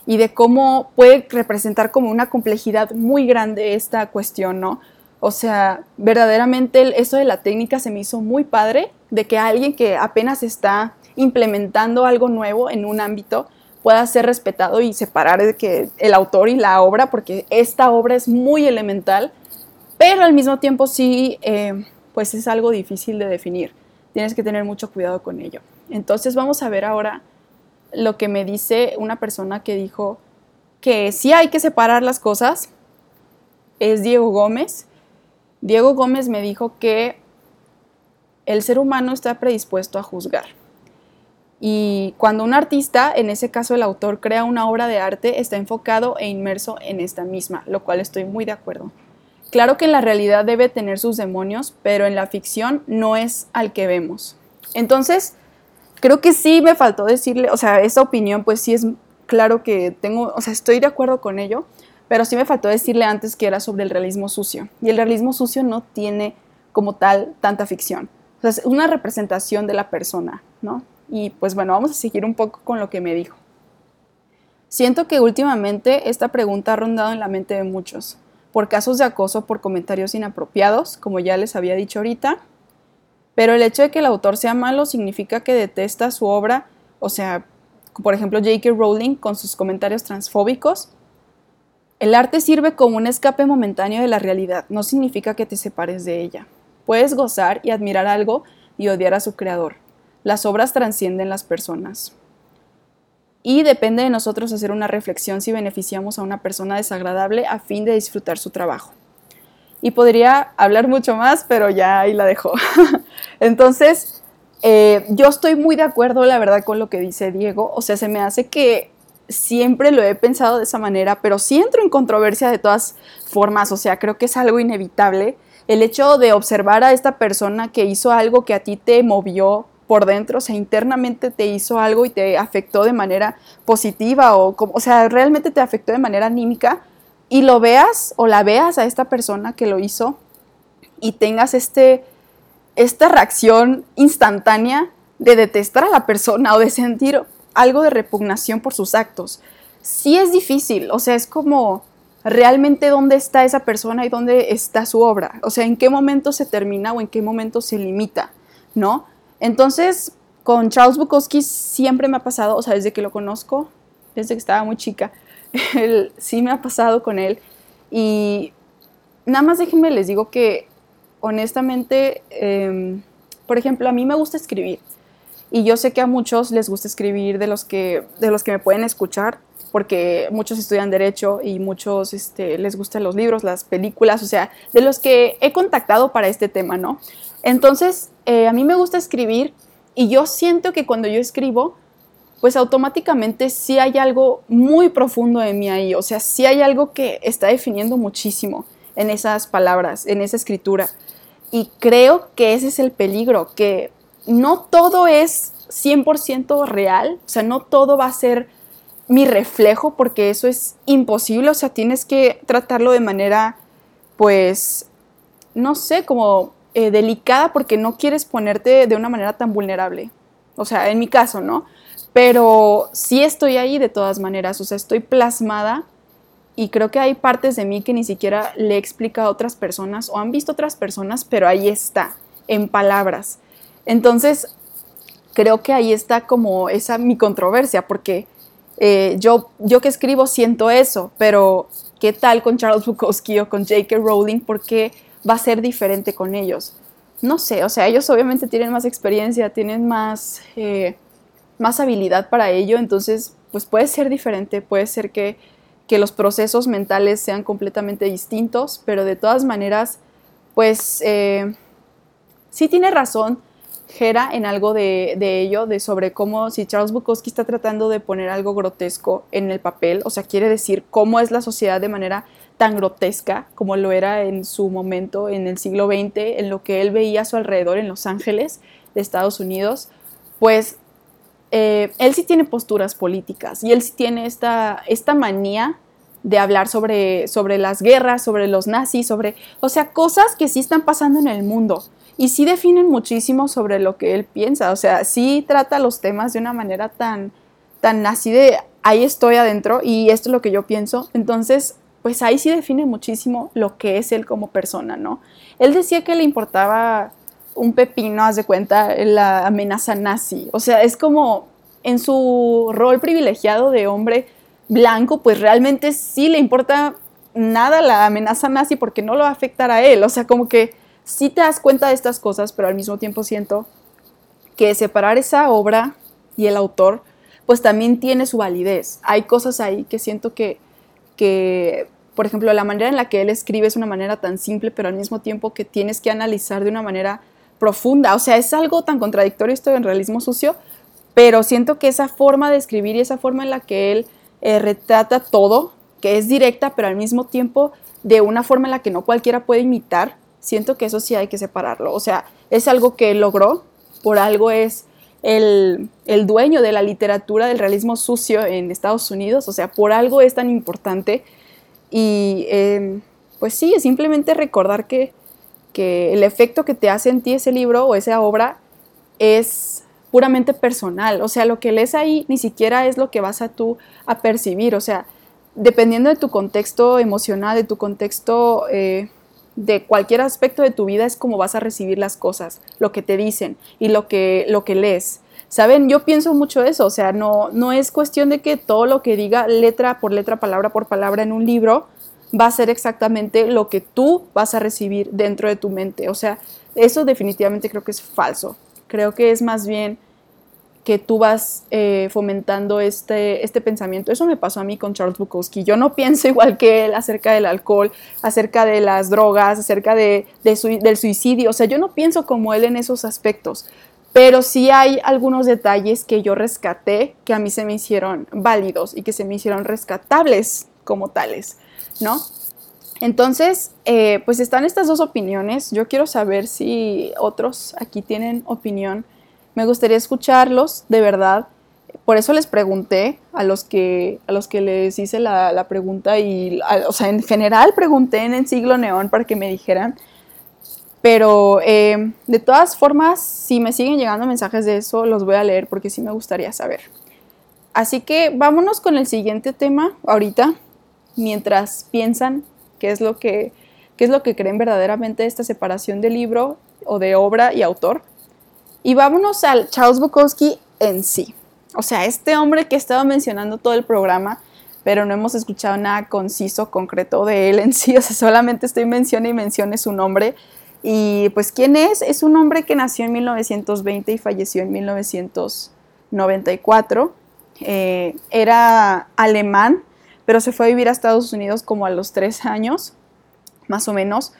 y de cómo puede representar como una complejidad muy grande esta cuestión, ¿no? O sea, verdaderamente eso de la técnica se me hizo muy padre, de que alguien que apenas está implementando algo nuevo en un ámbito pueda ser respetado y separar de que el autor y la obra, porque esta obra es muy elemental, pero al mismo tiempo sí, eh, pues es algo difícil de definir. Tienes que tener mucho cuidado con ello. Entonces vamos a ver ahora lo que me dice una persona que dijo que sí hay que separar las cosas. Es Diego Gómez. Diego Gómez me dijo que el ser humano está predispuesto a juzgar. Y cuando un artista, en ese caso el autor, crea una obra de arte, está enfocado e inmerso en esta misma, lo cual estoy muy de acuerdo. Claro que en la realidad debe tener sus demonios, pero en la ficción no es al que vemos. Entonces, creo que sí me faltó decirle, o sea, esa opinión pues sí es claro que tengo, o sea, estoy de acuerdo con ello, pero sí me faltó decirle antes que era sobre el realismo sucio. Y el realismo sucio no tiene como tal tanta ficción. O sea, es una representación de la persona, ¿no? Y pues bueno, vamos a seguir un poco con lo que me dijo. Siento que últimamente esta pregunta ha rondado en la mente de muchos, por casos de acoso por comentarios inapropiados, como ya les había dicho ahorita, pero el hecho de que el autor sea malo significa que detesta su obra, o sea, por ejemplo J K Rowling con sus comentarios transfóbicos. El arte sirve como un escape momentáneo de la realidad, no significa que te separes de ella. Puedes gozar y admirar algo y odiar a su creador. Las obras trascienden las personas. Y depende de nosotros hacer una reflexión si beneficiamos a una persona desagradable a fin de disfrutar su trabajo. Y podría hablar mucho más, pero ya ahí la dejo. Entonces, eh, yo estoy muy de acuerdo, la verdad, con lo que dice Diego. O sea, se me hace que siempre lo he pensado de esa manera, pero sí entro en controversia de todas formas. O sea, creo que es algo inevitable. El hecho de observar a esta persona que hizo algo que a ti te movió por dentro, o sea, internamente te hizo algo y te afectó de manera positiva o, o sea, realmente te afectó de manera anímica y lo veas o la veas a esta persona que lo hizo y tengas este, esta reacción instantánea de detestar a la persona o de sentir algo de repugnación por sus actos. Sí es difícil, o sea, es como realmente dónde está esa persona y dónde está su obra, o sea, en qué momento se termina o en qué momento se limita, ¿no? Entonces, con Charles Bukowski siempre me ha pasado, o sea, desde que lo conozco, desde que estaba muy chica, él, sí me ha pasado con él. Y nada más déjenme les digo que, honestamente, eh, por ejemplo, a mí me gusta escribir. Y yo sé que a muchos les gusta escribir de los que, de los que me pueden escuchar, porque muchos estudian Derecho y muchos este, les gustan los libros, las películas, o sea, de los que he contactado para este tema, ¿no? Entonces, eh, a mí me gusta escribir y yo siento que cuando yo escribo, pues automáticamente sí hay algo muy profundo en mí ahí, o sea, sí hay algo que está definiendo muchísimo en esas palabras, en esa escritura. Y creo que ese es el peligro, que no todo es cien por ciento real, o sea, no todo va a ser mi reflejo, porque eso es imposible, o sea, tienes que tratarlo de manera, pues, no sé, como eh, delicada, porque no quieres ponerte de una manera tan vulnerable, o sea, en mi caso, ¿no? Pero sí estoy ahí de todas maneras, o sea, estoy plasmada y creo que hay partes de mí que ni siquiera le he explicado a otras personas o han visto otras personas, pero ahí está, en palabras. Entonces, creo que ahí está como esa mi controversia, porque eh, yo, yo que escribo siento eso, pero ¿qué tal con Charles Bukowski o con J K Rowling? ¿Por qué va a ser diferente con ellos? No sé, o sea, ellos obviamente tienen más experiencia, tienen más, eh, más habilidad para ello, entonces pues puede ser diferente, puede ser que, que los procesos mentales sean completamente distintos, pero de todas maneras, pues eh, sí tiene razón Jera en algo de, de ello, de sobre cómo si Charles Bukowski está tratando de poner algo grotesco en el papel, o sea, quiere decir cómo es la sociedad de manera tan grotesca como lo era en su momento, en el siglo veinte, en lo que él veía a su alrededor en Los Ángeles de Estados Unidos, pues eh, él sí tiene posturas políticas y él sí tiene esta, esta manía de hablar sobre, sobre las guerras, sobre los nazis, sobre, o sea, cosas que sí están pasando en el mundo. Y sí definen muchísimo sobre lo que él piensa, o sea, sí trata los temas de una manera tan, tan así de ahí estoy adentro y esto es lo que yo pienso. Entonces, pues ahí sí define muchísimo lo que es él como persona, ¿no? Él decía que le importaba un pepino, haz de cuenta, la amenaza nazi. O sea, es como en su rol privilegiado de hombre blanco, pues realmente sí le importa nada la amenaza nazi porque no lo va a afectar a él. O sea, como que sí te das cuenta de estas cosas, pero al mismo tiempo siento que separar esa obra y el autor, pues también tiene su validez. Hay cosas ahí que siento que, que, por ejemplo, la manera en la que él escribe es una manera tan simple, pero al mismo tiempo que tienes que analizar de una manera profunda. O sea, es algo tan contradictorio esto del realismo sucio, pero siento que esa forma de escribir y esa forma en la que él eh, retrata todo, que es directa, pero al mismo tiempo de una forma en la que no cualquiera puede imitar, siento que eso sí hay que separarlo. O sea, es algo que él logró, por algo es el, el dueño de la literatura del realismo sucio en Estados Unidos, o sea, por algo es tan importante. Y eh, pues sí, es simplemente recordar que, que el efecto que te hace en ti ese libro o esa obra es puramente personal. O sea, lo que lees ahí ni siquiera es lo que vas a tú a percibir. O sea, dependiendo de tu contexto emocional, de tu contexto eh, de cualquier aspecto de tu vida, es como vas a recibir las cosas, lo que te dicen y lo que, lo que lees. ¿Saben? Yo pienso mucho eso. O sea, no, no es cuestión de que todo lo que diga letra por letra, palabra por palabra en un libro va a ser exactamente lo que tú vas a recibir dentro de tu mente. O sea, eso definitivamente creo que es falso. Creo que es más bien que tú vas eh, fomentando este, este pensamiento. Eso me pasó a mí con Charles Bukowski. Yo no pienso igual que él acerca del alcohol, acerca de las drogas, acerca de, de su, del suicidio. O sea, yo no pienso como él en esos aspectos. Pero sí hay algunos detalles que yo rescaté que a mí se me hicieron válidos y que se me hicieron rescatables como tales, ¿no? Entonces, eh, pues están estas dos opiniones. Yo quiero saber si otros aquí tienen opinión. Me gustaría escucharlos, de verdad. Por eso les pregunté a los que, a los que les hice la, la pregunta y, a, o sea, en general pregunté en el Siglo Neón para que me dijeran. Pero eh, de todas formas, si me siguen llegando mensajes de eso, los voy a leer porque sí me gustaría saber. Así que vámonos con el siguiente tema ahorita, mientras piensan qué es lo que, qué es lo que creen verdaderamente de esta separación de libro o de obra y autor. Y vámonos al Charles Bukowski en sí. O sea, este hombre que he estado mencionando todo el programa, pero no hemos escuchado nada conciso, concreto de él en sí. O sea, solamente estoy mencione y mencione su nombre. Y pues, ¿quién es? Es un hombre que nació en mil novecientos veinte y falleció en mil novecientos noventa y cuatro. Eh, era alemán, pero se fue a vivir a Estados Unidos como a los tres años, más o menos.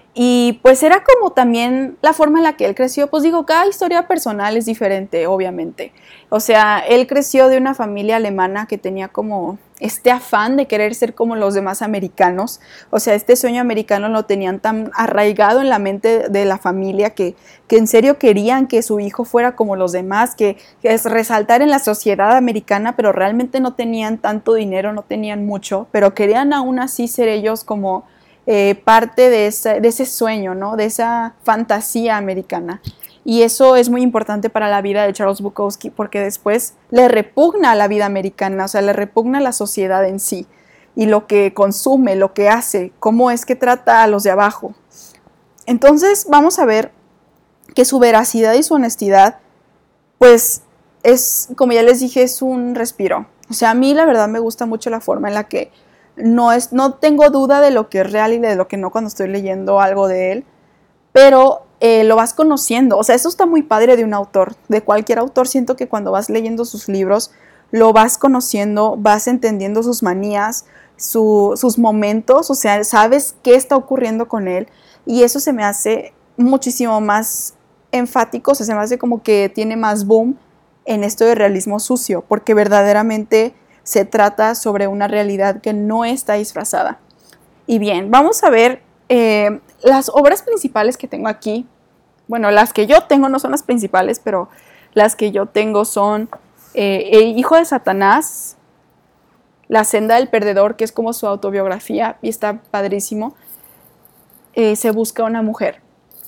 Y pues era como también la forma en la que él creció. Pues digo, cada historia personal es diferente, obviamente. O sea, él creció de una familia alemana que tenía como este afán de querer ser como los demás americanos. O sea, este sueño americano lo tenían tan arraigado en la mente de la familia que, que en serio querían que su hijo fuera como los demás, que, que es resaltar en la sociedad americana, pero realmente no tenían tanto dinero, no tenían mucho, pero querían aún así ser ellos como Eh, parte de, esa, de ese sueño, ¿no? De esa fantasía americana. Y eso es muy importante para la vida de Charles Bukowski porque después le repugna a la vida americana, o sea, le repugna a la sociedad en sí y lo que consume, lo que hace, cómo es que trata a los de abajo. Entonces vamos a ver que su veracidad y su honestidad, pues es, como ya les dije, es un respiro. O sea, a mí la verdad me gusta mucho la forma en la que No, es, no tengo duda de lo que es real y de lo que no cuando estoy leyendo algo de él, pero eh, lo vas conociendo. O sea, eso está muy padre de un autor, de cualquier autor. Siento que cuando vas leyendo sus libros, lo vas conociendo, vas entendiendo sus manías, su, sus momentos, o sea, sabes qué está ocurriendo con él y eso se me hace muchísimo más enfático, o sea, se me hace como que tiene más boom en esto de realismo sucio, porque verdaderamente se trata sobre una realidad que no está disfrazada. Y bien, vamos a ver eh, las obras principales que tengo aquí. Bueno, las que yo tengo no son las principales, pero las que yo tengo son eh, El hijo de Satanás, La senda del perdedor, que es como su autobiografía y está padrísimo. Eh, Se busca una mujer.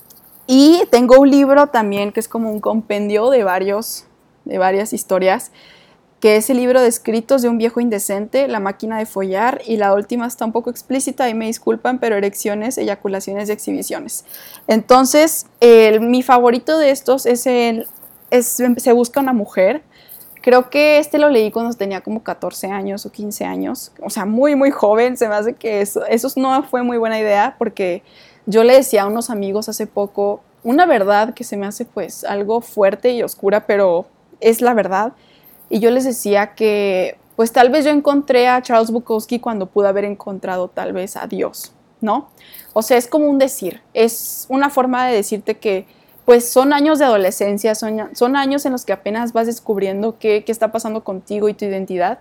Y tengo un libro también que es como un compendio de, varios, de varias historias, que es el libro de escritos de un viejo indecente, La máquina de follar, y la última está un poco explícita, y me disculpan, pero erecciones, eyaculaciones y exhibiciones. Entonces, el, mi favorito de estos es el es, Se busca una mujer. Creo que este lo leí cuando tenía como catorce años o quince años, o sea, muy, muy joven. Se me hace que eso, eso no fue muy buena idea, porque yo le decía a unos amigos hace poco una verdad que se me hace pues algo fuerte y oscura, pero es la verdad. Y yo les decía que pues tal vez yo encontré a Charles Bukowski cuando pude haber encontrado tal vez a Dios, ¿no? O sea, es como un decir, es una forma de decirte que pues son años de adolescencia, son, son años en los que apenas vas descubriendo qué, qué está pasando contigo y tu identidad,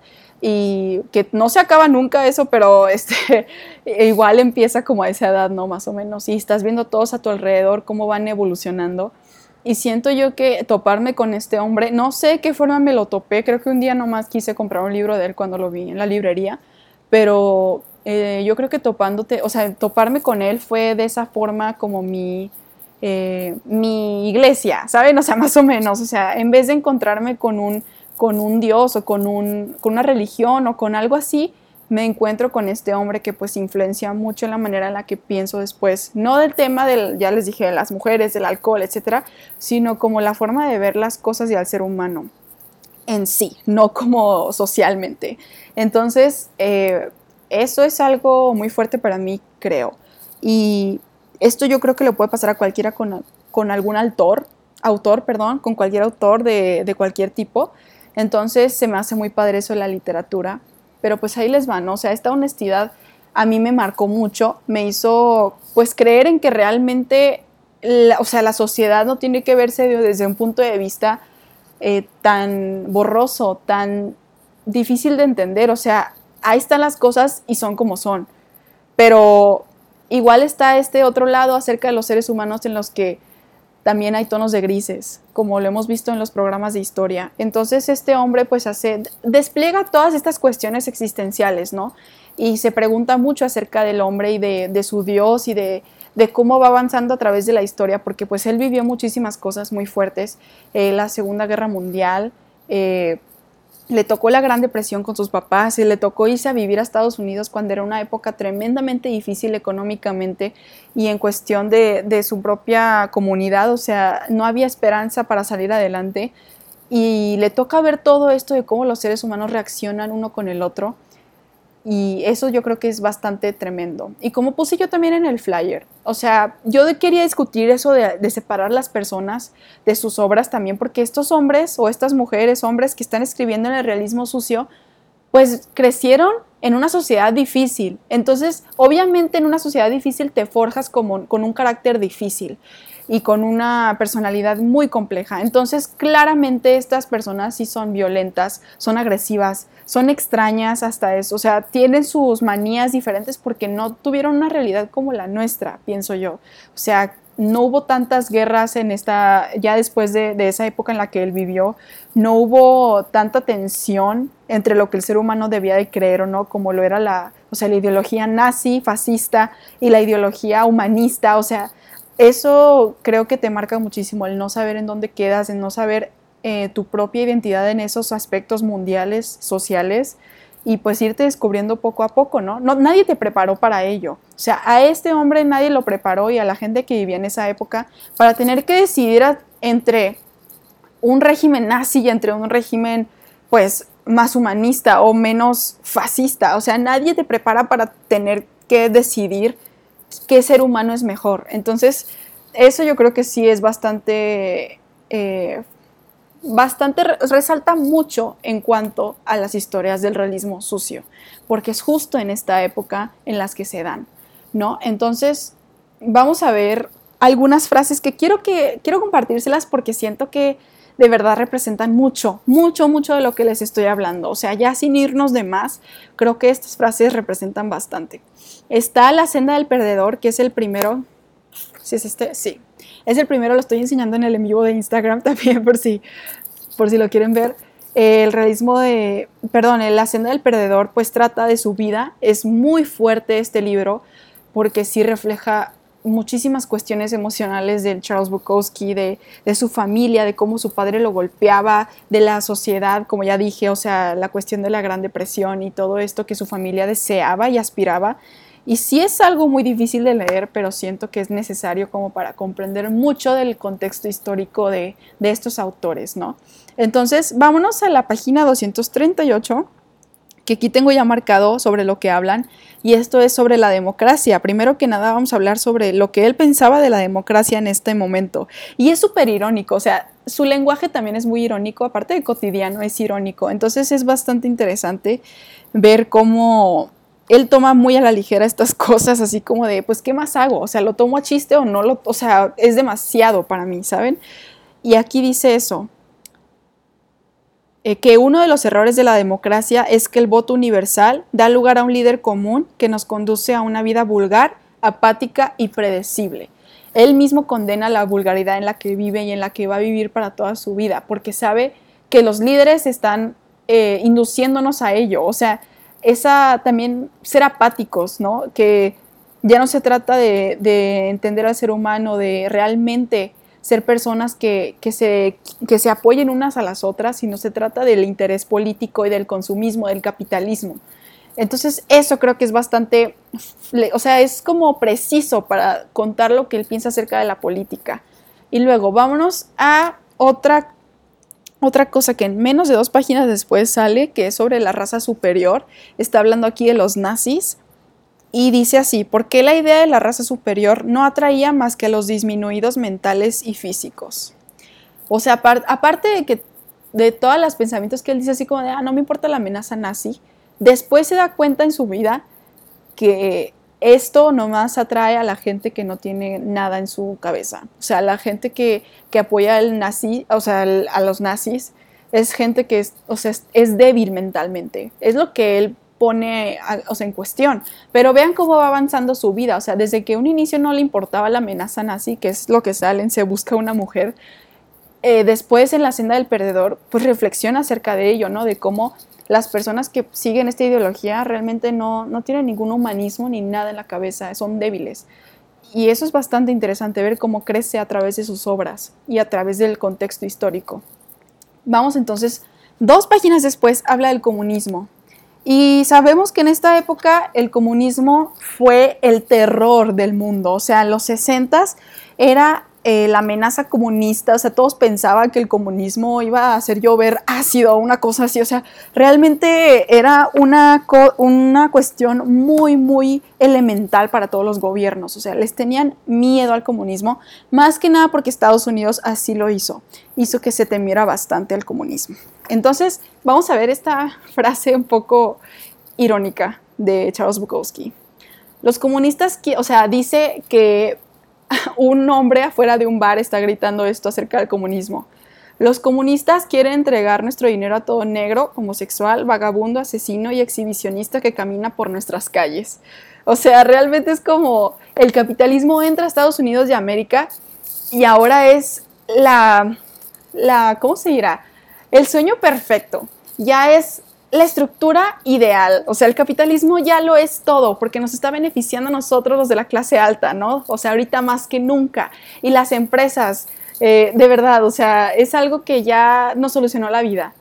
y que no se acaba nunca eso, pero este, igual empieza como a esa edad, ¿no? Más o menos, y estás viendo todos a tu alrededor cómo van evolucionando. Y siento yo que toparme con este hombre, no sé de qué forma me lo topé, creo que un día nomás quise comprar un libro de él cuando lo vi en la librería, pero eh, yo creo que topándote, o sea, toparme con él fue de esa forma como mi, eh, mi iglesia, ¿saben? O sea, más o menos, o sea, en vez de encontrarme con un, con un Dios o con, un, con una religión o con algo así, me encuentro con este hombre que pues influencia mucho en la manera en la que pienso después, no del tema del, ya les dije, de las mujeres, del alcohol, etcétera, sino como la forma de ver las cosas y al ser humano en sí, no como socialmente. Entonces, eh, eso es algo muy fuerte para mí, creo. Y esto yo creo que le puede pasar a cualquiera con, con algún autor, autor, perdón, con cualquier autor de, de cualquier tipo. Entonces, se me hace muy padre eso de la literatura. Pero pues ahí les va, ¿no? O sea, esta honestidad a mí me marcó mucho, me hizo pues creer en que realmente, la, o sea, la sociedad no tiene que verse desde un punto de vista eh, tan borroso, tan difícil de entender. O sea, ahí están las cosas y son como son. Pero igual está este otro lado acerca de los seres humanos en los que también hay tonos de grises, como lo hemos visto en los programas de historia. Entonces este hombre pues hace, despliega todas estas cuestiones existenciales, ¿no? Y se pregunta mucho acerca del hombre y de, de su Dios y de, de cómo va avanzando a través de la historia, porque pues él vivió muchísimas cosas muy fuertes, eh, la Segunda Guerra Mundial, eh, le tocó la Gran Depresión con sus papás, y le tocó irse a vivir a Estados Unidos cuando era una época tremendamente difícil económicamente y en cuestión de, de su propia comunidad. O sea, no había esperanza para salir adelante, y le toca ver todo esto de cómo los seres humanos reaccionan uno con el otro, y eso yo creo que es bastante tremendo. Y como puse yo también en el flyer, o sea, yo quería discutir eso de, de separar las personas de sus obras también, porque estos hombres o estas mujeres, hombres que están escribiendo en el realismo sucio, pues crecieron en una sociedad difícil. Entonces, obviamente en una sociedad difícil te forjas como, con un carácter difícil y con una personalidad muy compleja. Entonces, claramente estas personas sí son violentas, son agresivas, son extrañas hasta eso. O sea, tienen sus manías diferentes porque no tuvieron una realidad como la nuestra, pienso yo. O sea, no hubo tantas guerras en esta, ya después de, de esa época en la que él vivió, no hubo tanta tensión entre lo que el ser humano debía de creer o no, como lo era la, o sea, la ideología nazi, fascista, y la ideología humanista. O sea, eso creo que te marca muchísimo, el no saber en dónde quedas, el no saber eh, tu propia identidad en esos aspectos mundiales, sociales, y pues irte descubriendo poco a poco, ¿no? No, nadie te preparó para ello. O sea, a este hombre nadie lo preparó, y a la gente que vivía en esa época, para tener que decidir a, entre un régimen nazi y entre un régimen, pues, más humanista o menos fascista. O sea, nadie te prepara para tener que decidir qué ser humano es mejor. Entonces, eso yo creo que sí es bastante... Eh, bastante resalta mucho en cuanto a las historias del realismo sucio, porque es justo en esta época en las que se dan, ¿no? Entonces, vamos a ver algunas frases que quiero, que, quiero compartírselas, porque siento que de verdad representan mucho, mucho, mucho de lo que les estoy hablando. O sea, ya sin irnos de más, creo que estas frases representan bastante. Está La senda del perdedor, que es el primero. ¿Sí es este? Sí. Es el primero, lo estoy enseñando en el en vivo de Instagram también, por si, por si lo quieren ver. El realismo de, perdón, La senda del perdedor, pues trata de su vida. Es muy fuerte este libro, porque sí refleja muchísimas cuestiones emocionales de Charles Bukowski, de, de su familia, de cómo su padre lo golpeaba, de la sociedad, como ya dije, o sea, la cuestión de la Gran Depresión y todo esto que su familia deseaba y aspiraba. Y sí es algo muy difícil de leer, pero siento que es necesario como para comprender mucho del contexto histórico de, de estos autores, ¿no? Entonces, vámonos a la página doscientos treinta y ocho, que aquí tengo ya marcado sobre lo que hablan, y esto es sobre la democracia. Primero que nada vamos a hablar sobre lo que él pensaba de la democracia en este momento, y es súper irónico, o sea, su lenguaje también es muy irónico, aparte de cotidiano es irónico, entonces es bastante interesante ver cómo él toma muy a la ligera estas cosas, así como de, pues, ¿qué más hago? O sea, ¿lo tomo a chiste o no? Lo, o sea, es demasiado para mí, ¿saben? Y aquí dice eso, eh, que uno de los errores de la democracia es que el voto universal da lugar a un líder común que nos conduce a una vida vulgar, apática y predecible. Él mismo condena la vulgaridad en la que vive y en la que va a vivir para toda su vida, porque sabe que los líderes están eh, induciéndonos a ello, o sea, esa también ser apáticos, ¿no? Que ya no se trata de, de entender al ser humano, de realmente ser personas que, que, se, que se apoyen unas a las otras, sino se trata del interés político y del consumismo, del capitalismo. Entonces eso creo que es bastante, o sea, es como preciso para contar lo que él piensa acerca de la política. Y luego vámonos a otra Otra cosa que en menos de dos páginas después sale, que es sobre la raza superior. Está hablando aquí de los nazis y dice así: ¿por qué la idea de la raza superior no atraía más que a los disminuidos mentales y físicos? O sea, apart, aparte de que de todos los pensamientos que él dice así como de, ah, no me importa la amenaza nazi, después se da cuenta en su vida que esto nomás atrae a la gente que no tiene nada en su cabeza. O sea, la gente que, que apoya al nazi, o sea, al, a los nazis, es gente que es, o sea, es, es débil mentalmente. Es lo que él pone a, o sea, en cuestión. Pero vean cómo va avanzando su vida. O sea, desde que un inicio no le importaba la amenaza nazi, que es lo que sale en Se busca una mujer, eh, después en La senda del perdedor, pues reflexiona acerca de ello, ¿no? De cómo las personas que siguen esta ideología realmente no, no tienen ningún humanismo ni nada en la cabeza, son débiles. Y eso es bastante interesante, ver cómo crece a través de sus obras y a través del contexto histórico. Vamos entonces, dos páginas después habla del comunismo. Y sabemos que en esta época el comunismo fue el terror del mundo. O sea, en los sesentas era eh, la amenaza comunista. O sea, todos pensaban que el comunismo iba a hacer llover ácido o una cosa así. O sea, realmente era una, co- una cuestión muy, muy elemental para todos los gobiernos. O sea, les tenían miedo al comunismo, más que nada porque Estados Unidos así lo hizo. Hizo que se temiera bastante al comunismo. Entonces, vamos a ver esta frase un poco irónica de Charles Bukowski. Los comunistas, o sea, dice que un hombre afuera de un bar está gritando esto acerca del comunismo. Los comunistas quieren entregar nuestro dinero a todo negro, homosexual, vagabundo, asesino y exhibicionista que camina por nuestras calles. O sea, realmente es como el capitalismo entra a Estados Unidos y América y ahora es la, la ¿cómo se dirá? El sueño perfecto, ya es la estructura ideal, o sea, el capitalismo ya lo es todo, porque nos está beneficiando a nosotros los de la clase alta, ¿no? O sea, ahorita más que nunca, y las empresas, eh, de verdad, o sea, es algo que ya nos solucionó la vida,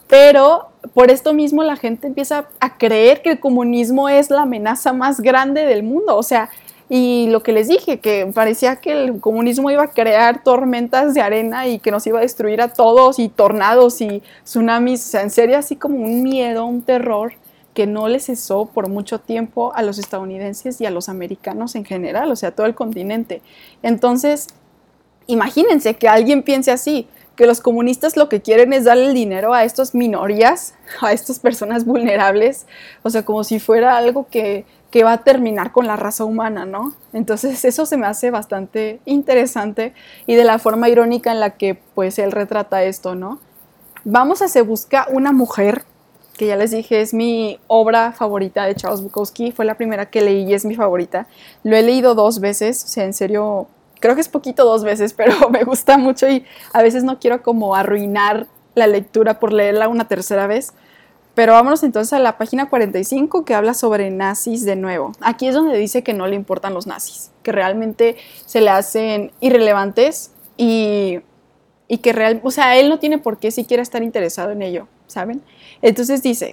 pero por esto mismo la gente empieza a creer que el comunismo es la amenaza más grande del mundo, o sea, y lo que les dije, que parecía que el comunismo iba a crear tormentas de arena y que nos iba a destruir a todos, y tornados y tsunamis, o sea, en serio, así como un miedo, un terror que no le cesó por mucho tiempo a los estadounidenses y a los americanos en general, o sea, todo el continente. Entonces, imagínense que alguien piense así, que los comunistas lo que quieren es darle el dinero a estas minorías, a estas personas vulnerables, o sea, como si fuera algo que... que va a terminar con la raza humana, ¿no? Entonces eso se me hace bastante interesante y de la forma irónica en la que pues él retrata esto, ¿no? Vamos a Se busca una mujer, que ya les dije es mi obra favorita de Charles Bukowski, fue la primera que leí y es mi favorita. Lo he leído dos veces, o sea, en serio, creo que es poquito dos veces, pero me gusta mucho y a veces no quiero como arruinar la lectura por leerla una tercera vez. Pero vámonos entonces a la página cuarenta y cinco, que habla sobre nazis de nuevo. Aquí es donde dice que no le importan los nazis, que realmente se le hacen irrelevantes y, y que real, o sea, él no tiene por qué siquiera estar interesado en ello, ¿saben? Entonces dice,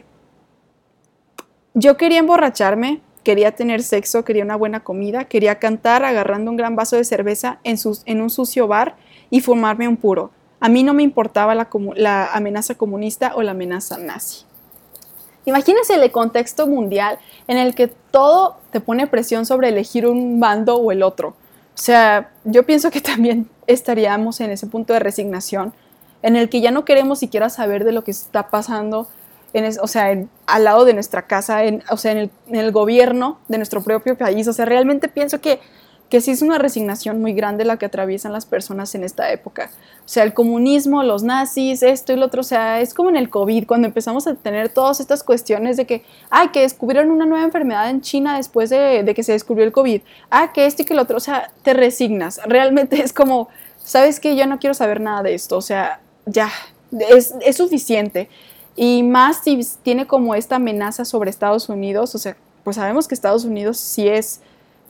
yo quería emborracharme, quería tener sexo, quería una buena comida, quería cantar agarrando un gran vaso de cerveza en, sus, en un sucio bar y fumarme un puro. A mí no me importaba la, la amenaza comunista o la amenaza nazi. Imagínense el contexto mundial en el que todo te pone presión sobre elegir un bando o el otro. O sea, yo pienso que también estaríamos en ese punto de resignación en el que ya no queremos siquiera saber de lo que está pasando, en es, o sea, en, al lado de nuestra casa, en, o sea, en el, en el gobierno de nuestro propio país. O sea, realmente pienso que que sí es una resignación muy grande la que atraviesan las personas en esta época. O sea, el comunismo, los nazis, esto y lo otro, o sea, es como en el COVID, cuando empezamos a tener todas estas cuestiones de que, ay, que descubrieron una nueva enfermedad en China después de, de que se descubrió el COVID, ah, que esto y que lo otro, o sea, te resignas. Realmente es como, ¿sabes qué? Yo no quiero saber nada de esto, o sea, ya, es, es suficiente. Y más si tiene como esta amenaza sobre Estados Unidos, o sea, pues sabemos que Estados Unidos sí es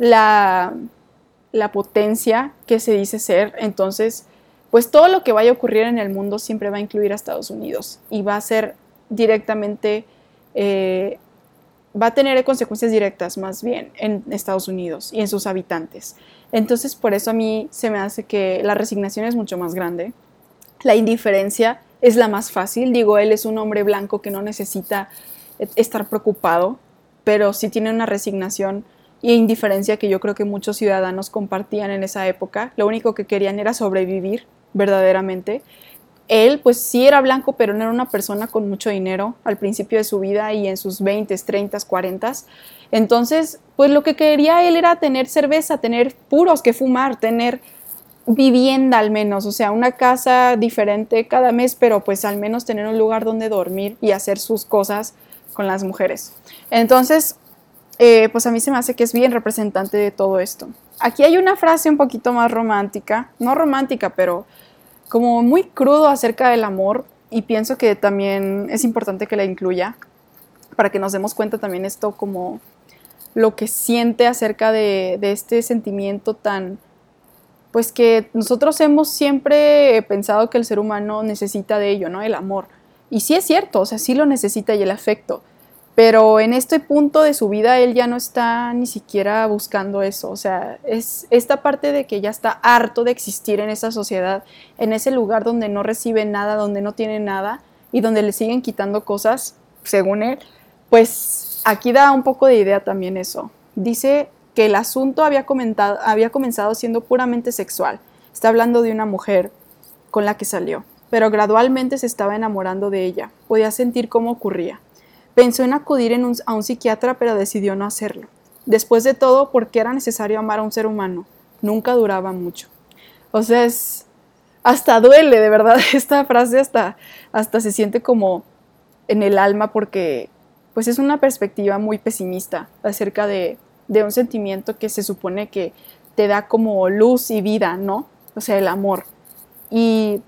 la... la potencia que se dice ser, entonces pues todo lo que vaya a ocurrir en el mundo siempre va a incluir a Estados Unidos y va a ser directamente, eh, va a tener consecuencias directas más bien en Estados Unidos y en sus habitantes. Entonces por eso a mí se me hace que la resignación es mucho más grande, la indiferencia es la más fácil. Digo, él es un hombre blanco que no necesita estar preocupado, pero sí tiene una resignación y indiferencia que yo creo que muchos ciudadanos compartían en esa época. Lo único que querían era sobrevivir verdaderamente. Él pues sí era blanco, pero no era una persona con mucho dinero al principio de su vida y en sus veinte, treinta, cuarenta. Entonces pues lo que quería él era tener cerveza, tener puros que fumar, tener vivienda al menos, o sea, una casa diferente cada mes, pero pues al menos tener un lugar donde dormir y hacer sus cosas con las mujeres. Entonces Eh, pues a mí se me hace que es bien representante de todo esto. Aquí hay una frase un poquito más romántica, no romántica, pero como muy crudo acerca del amor, y pienso que también es importante que la incluya para que nos demos cuenta también esto como lo que siente acerca de, de este sentimiento tan, pues que nosotros hemos siempre pensado que el ser humano necesita de ello, ¿no? El amor. Y sí es cierto, o sea, sí lo necesita y el afecto. Pero en este punto de su vida él ya no está ni siquiera buscando eso. O sea, es esta parte de que ya está harto de existir en esa sociedad, en ese lugar donde no recibe nada, donde no tiene nada y donde le siguen quitando cosas, según él. Pues aquí da un poco de idea también eso. Dice que el asunto había, comentado, había comenzado siendo puramente sexual. Está hablando de una mujer con la que salió, pero gradualmente se estaba enamorando de ella. Podía sentir cómo ocurría. Pensó en acudir en un, a un psiquiatra, pero decidió no hacerlo. Después de todo, ¿por qué era necesario amar a un ser humano? Nunca duraba mucho. O sea, es, hasta duele, de verdad, esta frase hasta, hasta se siente como en el alma porque pues es una perspectiva muy pesimista acerca de, de un sentimiento que se supone que te da como luz y vida, ¿no? O sea, el amor. Y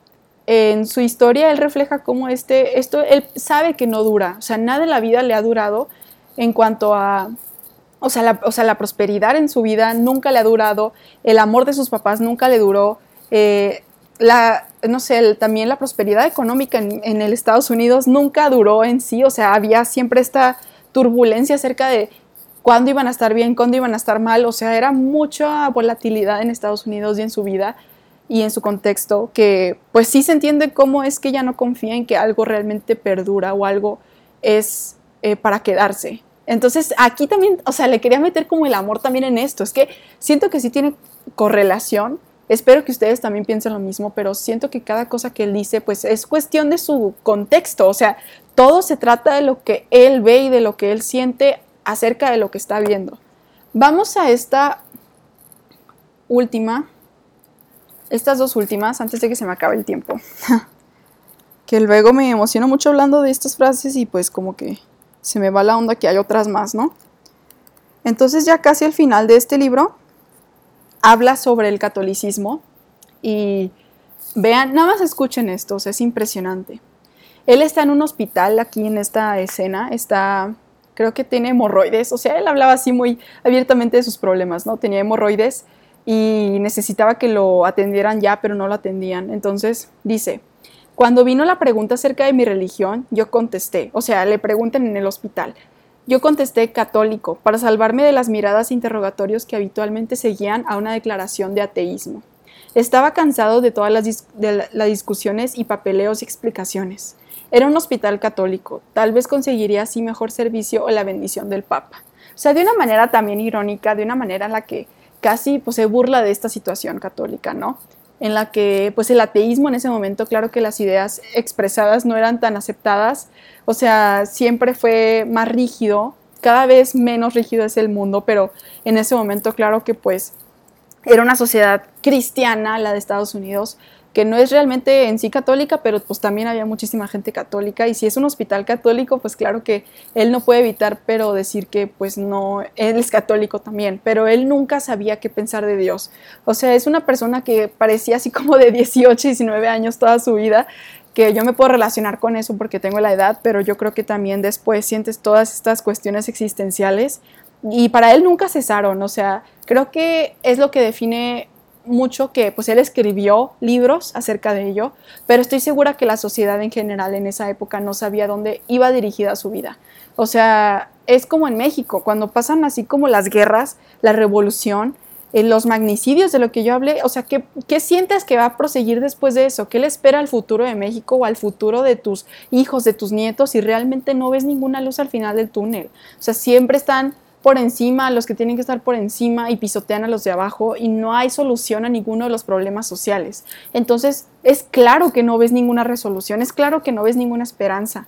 en su historia él refleja cómo este, esto, él sabe que no dura, o sea, nada en la vida le ha durado en cuanto a, o sea, la, o sea, la prosperidad en su vida nunca le ha durado, el amor de sus papás nunca le duró, eh, la, no sé, el, también la prosperidad económica en, en el Estados Unidos nunca duró en sí, o sea, había siempre esta turbulencia acerca de cuándo iban a estar bien, cuándo iban a estar mal, o sea, era mucha volatilidad en Estados Unidos y en su vida, y en su contexto, que pues sí se entiende cómo es que ella no confía en que algo realmente perdura o algo es eh, para quedarse. Entonces aquí también, o sea, le quería meter como el amor también en esto, es que siento que sí tiene correlación, espero que ustedes también piensen lo mismo, pero siento que cada cosa que él dice pues es cuestión de su contexto, o sea, todo se trata de lo que él ve y de lo que él siente acerca de lo que está viendo. Vamos a esta última, estas dos últimas, antes de que se me acabe el tiempo. Que luego me emociono mucho hablando de estas frases y pues como que se me va la onda que hay otras más, ¿no? Entonces ya casi al final de este libro habla sobre el catolicismo y vean, nada más escuchen esto, o sea, es impresionante. Él está en un hospital aquí en esta escena, está, creo que tiene hemorroides, o sea, él hablaba así muy abiertamente de sus problemas, ¿no? Tenía hemorroides y necesitaba que lo atendieran ya, pero no lo atendían. Entonces dice, cuando vino la pregunta acerca de mi religión, yo contesté, o sea, le preguntan en el hospital, yo contesté católico, para salvarme de las miradas e interrogatorios que habitualmente seguían a una declaración de ateísmo. Estaba cansado de todas las, dis de las discusiones y papeleos y explicaciones. Era un hospital católico, tal vez conseguiría así mejor servicio o la bendición del Papa. O sea, de una manera también irónica, de una manera en la que casi pues, se burla de esta situación católica, ¿no? En la que pues el ateísmo en ese momento, claro que las ideas expresadas no eran tan aceptadas, o sea, siempre fue más rígido, cada vez menos rígido es el mundo, pero en ese momento claro que pues era una sociedad cristiana, la de Estados Unidos, que no es realmente en sí católica, pero pues también había muchísima gente católica, y si es un hospital católico, pues claro que él no puede evitar pero decir que pues no, él es católico también, pero él nunca sabía qué pensar de Dios. O sea, es una persona que parecía así como de dieciocho, diecinueve años toda su vida, que yo me puedo relacionar con eso porque tengo la edad, pero yo creo que también después sientes todas estas cuestiones existenciales, y para él nunca cesaron. O sea, creo que es lo que define mucho que pues él escribió libros acerca de ello, pero estoy segura que la sociedad en general en esa época no sabía dónde iba dirigida su vida. O sea, es como en México, cuando pasan así como las guerras, la revolución, eh, los magnicidios de lo que yo hablé, o sea, ¿qué, ¿qué sientes que va a proseguir después de eso? ¿Qué le espera al futuro de México o al futuro de tus hijos, de tus nietos, si realmente no ves ninguna luz al final del túnel? O sea, siempre están por encima, los que tienen que estar por encima, y pisotean a los de abajo, y no hay solución a ninguno de los problemas sociales. Entonces es claro que no ves ninguna resolución, es claro que no ves ninguna esperanza.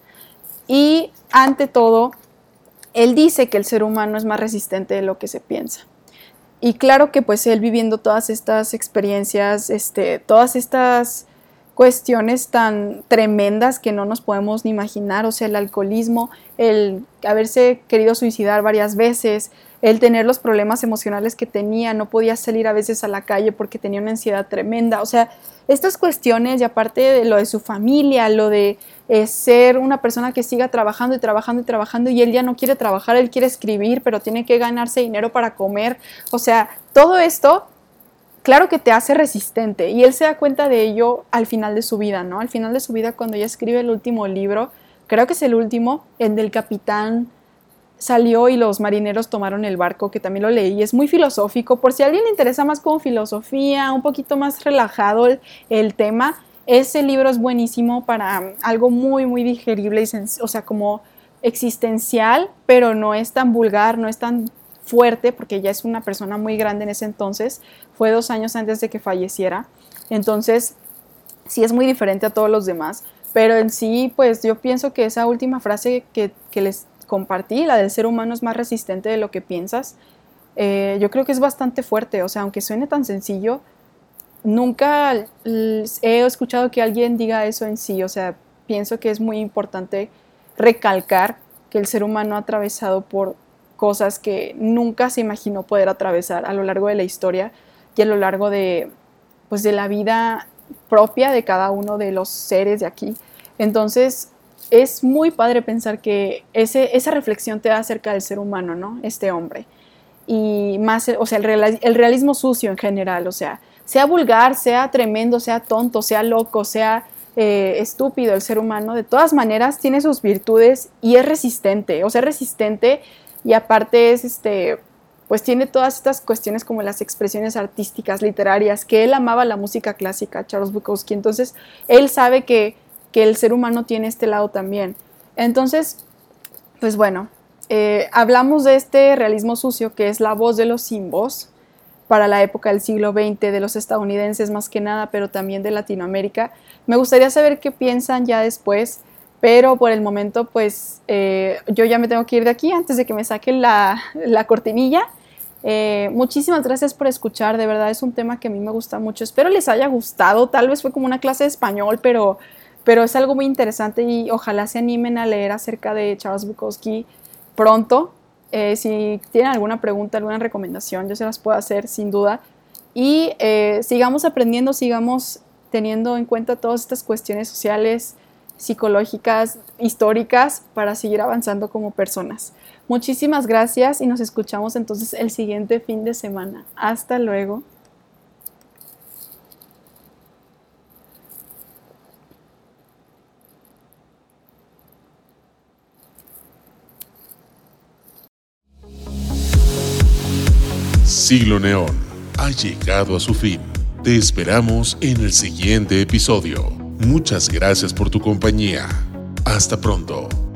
Y ante todo, él dice que el ser humano es más resistente de lo que se piensa. Y claro que pues él viviendo todas estas experiencias, este, todas estas cuestiones tan tremendas que no nos podemos ni imaginar, o sea, el alcoholismo, el haberse querido suicidar varias veces, el tener los problemas emocionales que tenía, no podía salir a veces a la calle porque tenía una ansiedad tremenda, o sea, estas cuestiones, y aparte de lo de su familia, lo de eh, ser una persona que siga trabajando y trabajando y trabajando, y él ya no quiere trabajar, él quiere escribir, pero tiene que ganarse dinero para comer, o sea, todo esto claro que te hace resistente, y él se da cuenta de ello al final de su vida, ¿no? Al final de su vida, cuando ella escribe el último libro, creo que es el último, el del capitán salió y los marineros tomaron el barco, que también lo leí, es muy filosófico, por si a alguien le interesa más como filosofía, un poquito más relajado el, el tema, ese libro es buenísimo para algo muy, muy digerible, y o sea, como existencial, pero no es tan vulgar, no es tan fuerte, porque ella es una persona muy grande en ese entonces, fue dos años antes de que falleciera, entonces sí es muy diferente a todos los demás, pero en sí, pues yo pienso que esa última frase que, que les compartí, la del ser humano es más resistente de lo que piensas, eh, yo creo que es bastante fuerte, o sea, aunque suene tan sencillo, nunca he escuchado que alguien diga eso en sí, o sea, pienso que es muy importante recalcar que el ser humano ha atravesado por cosas que nunca se imaginó poder atravesar a lo largo de la historia y a lo largo de, pues, de la vida propia de cada uno de los seres de aquí. Entonces, es muy padre pensar que ese, esa reflexión te da acerca del ser humano, ¿no? Este hombre. Y más, o sea, el, real, el realismo sucio en general, o sea, sea vulgar, sea tremendo, sea tonto, sea loco, sea eh, estúpido el ser humano, de todas maneras tiene sus virtudes y es resistente, o sea, es resistente y aparte es, este, pues tiene todas estas cuestiones como las expresiones artísticas, literarias, que él amaba la música clásica, Charles Bukowski, entonces él sabe que, que el ser humano tiene este lado también. Entonces, pues bueno, eh, hablamos de este realismo sucio que es la voz de los sin voz para la época del siglo veinte, de los estadounidenses más que nada, pero también de Latinoamérica. Me gustaría saber qué piensan ya después, pero por el momento pues eh, yo ya me tengo que ir de aquí antes de que me saquen la, la cortinilla. Eh, muchísimas gracias por escuchar, de verdad es un tema que a mí me gusta mucho, espero les haya gustado, tal vez fue como una clase de español, pero, pero es algo muy interesante y ojalá se animen a leer acerca de Charles Bukowski pronto. Eh, si tienen alguna pregunta, alguna recomendación, yo se las puedo hacer sin duda. Y eh, sigamos aprendiendo, sigamos teniendo en cuenta todas estas cuestiones sociales, psicológicas, históricas, para seguir avanzando como personas. Muchísimas gracias y nos escuchamos entonces el siguiente fin de semana. Hasta luego. Siglo Neón ha llegado a su fin. Te esperamos en el siguiente episodio. Muchas gracias por tu compañía. Hasta pronto.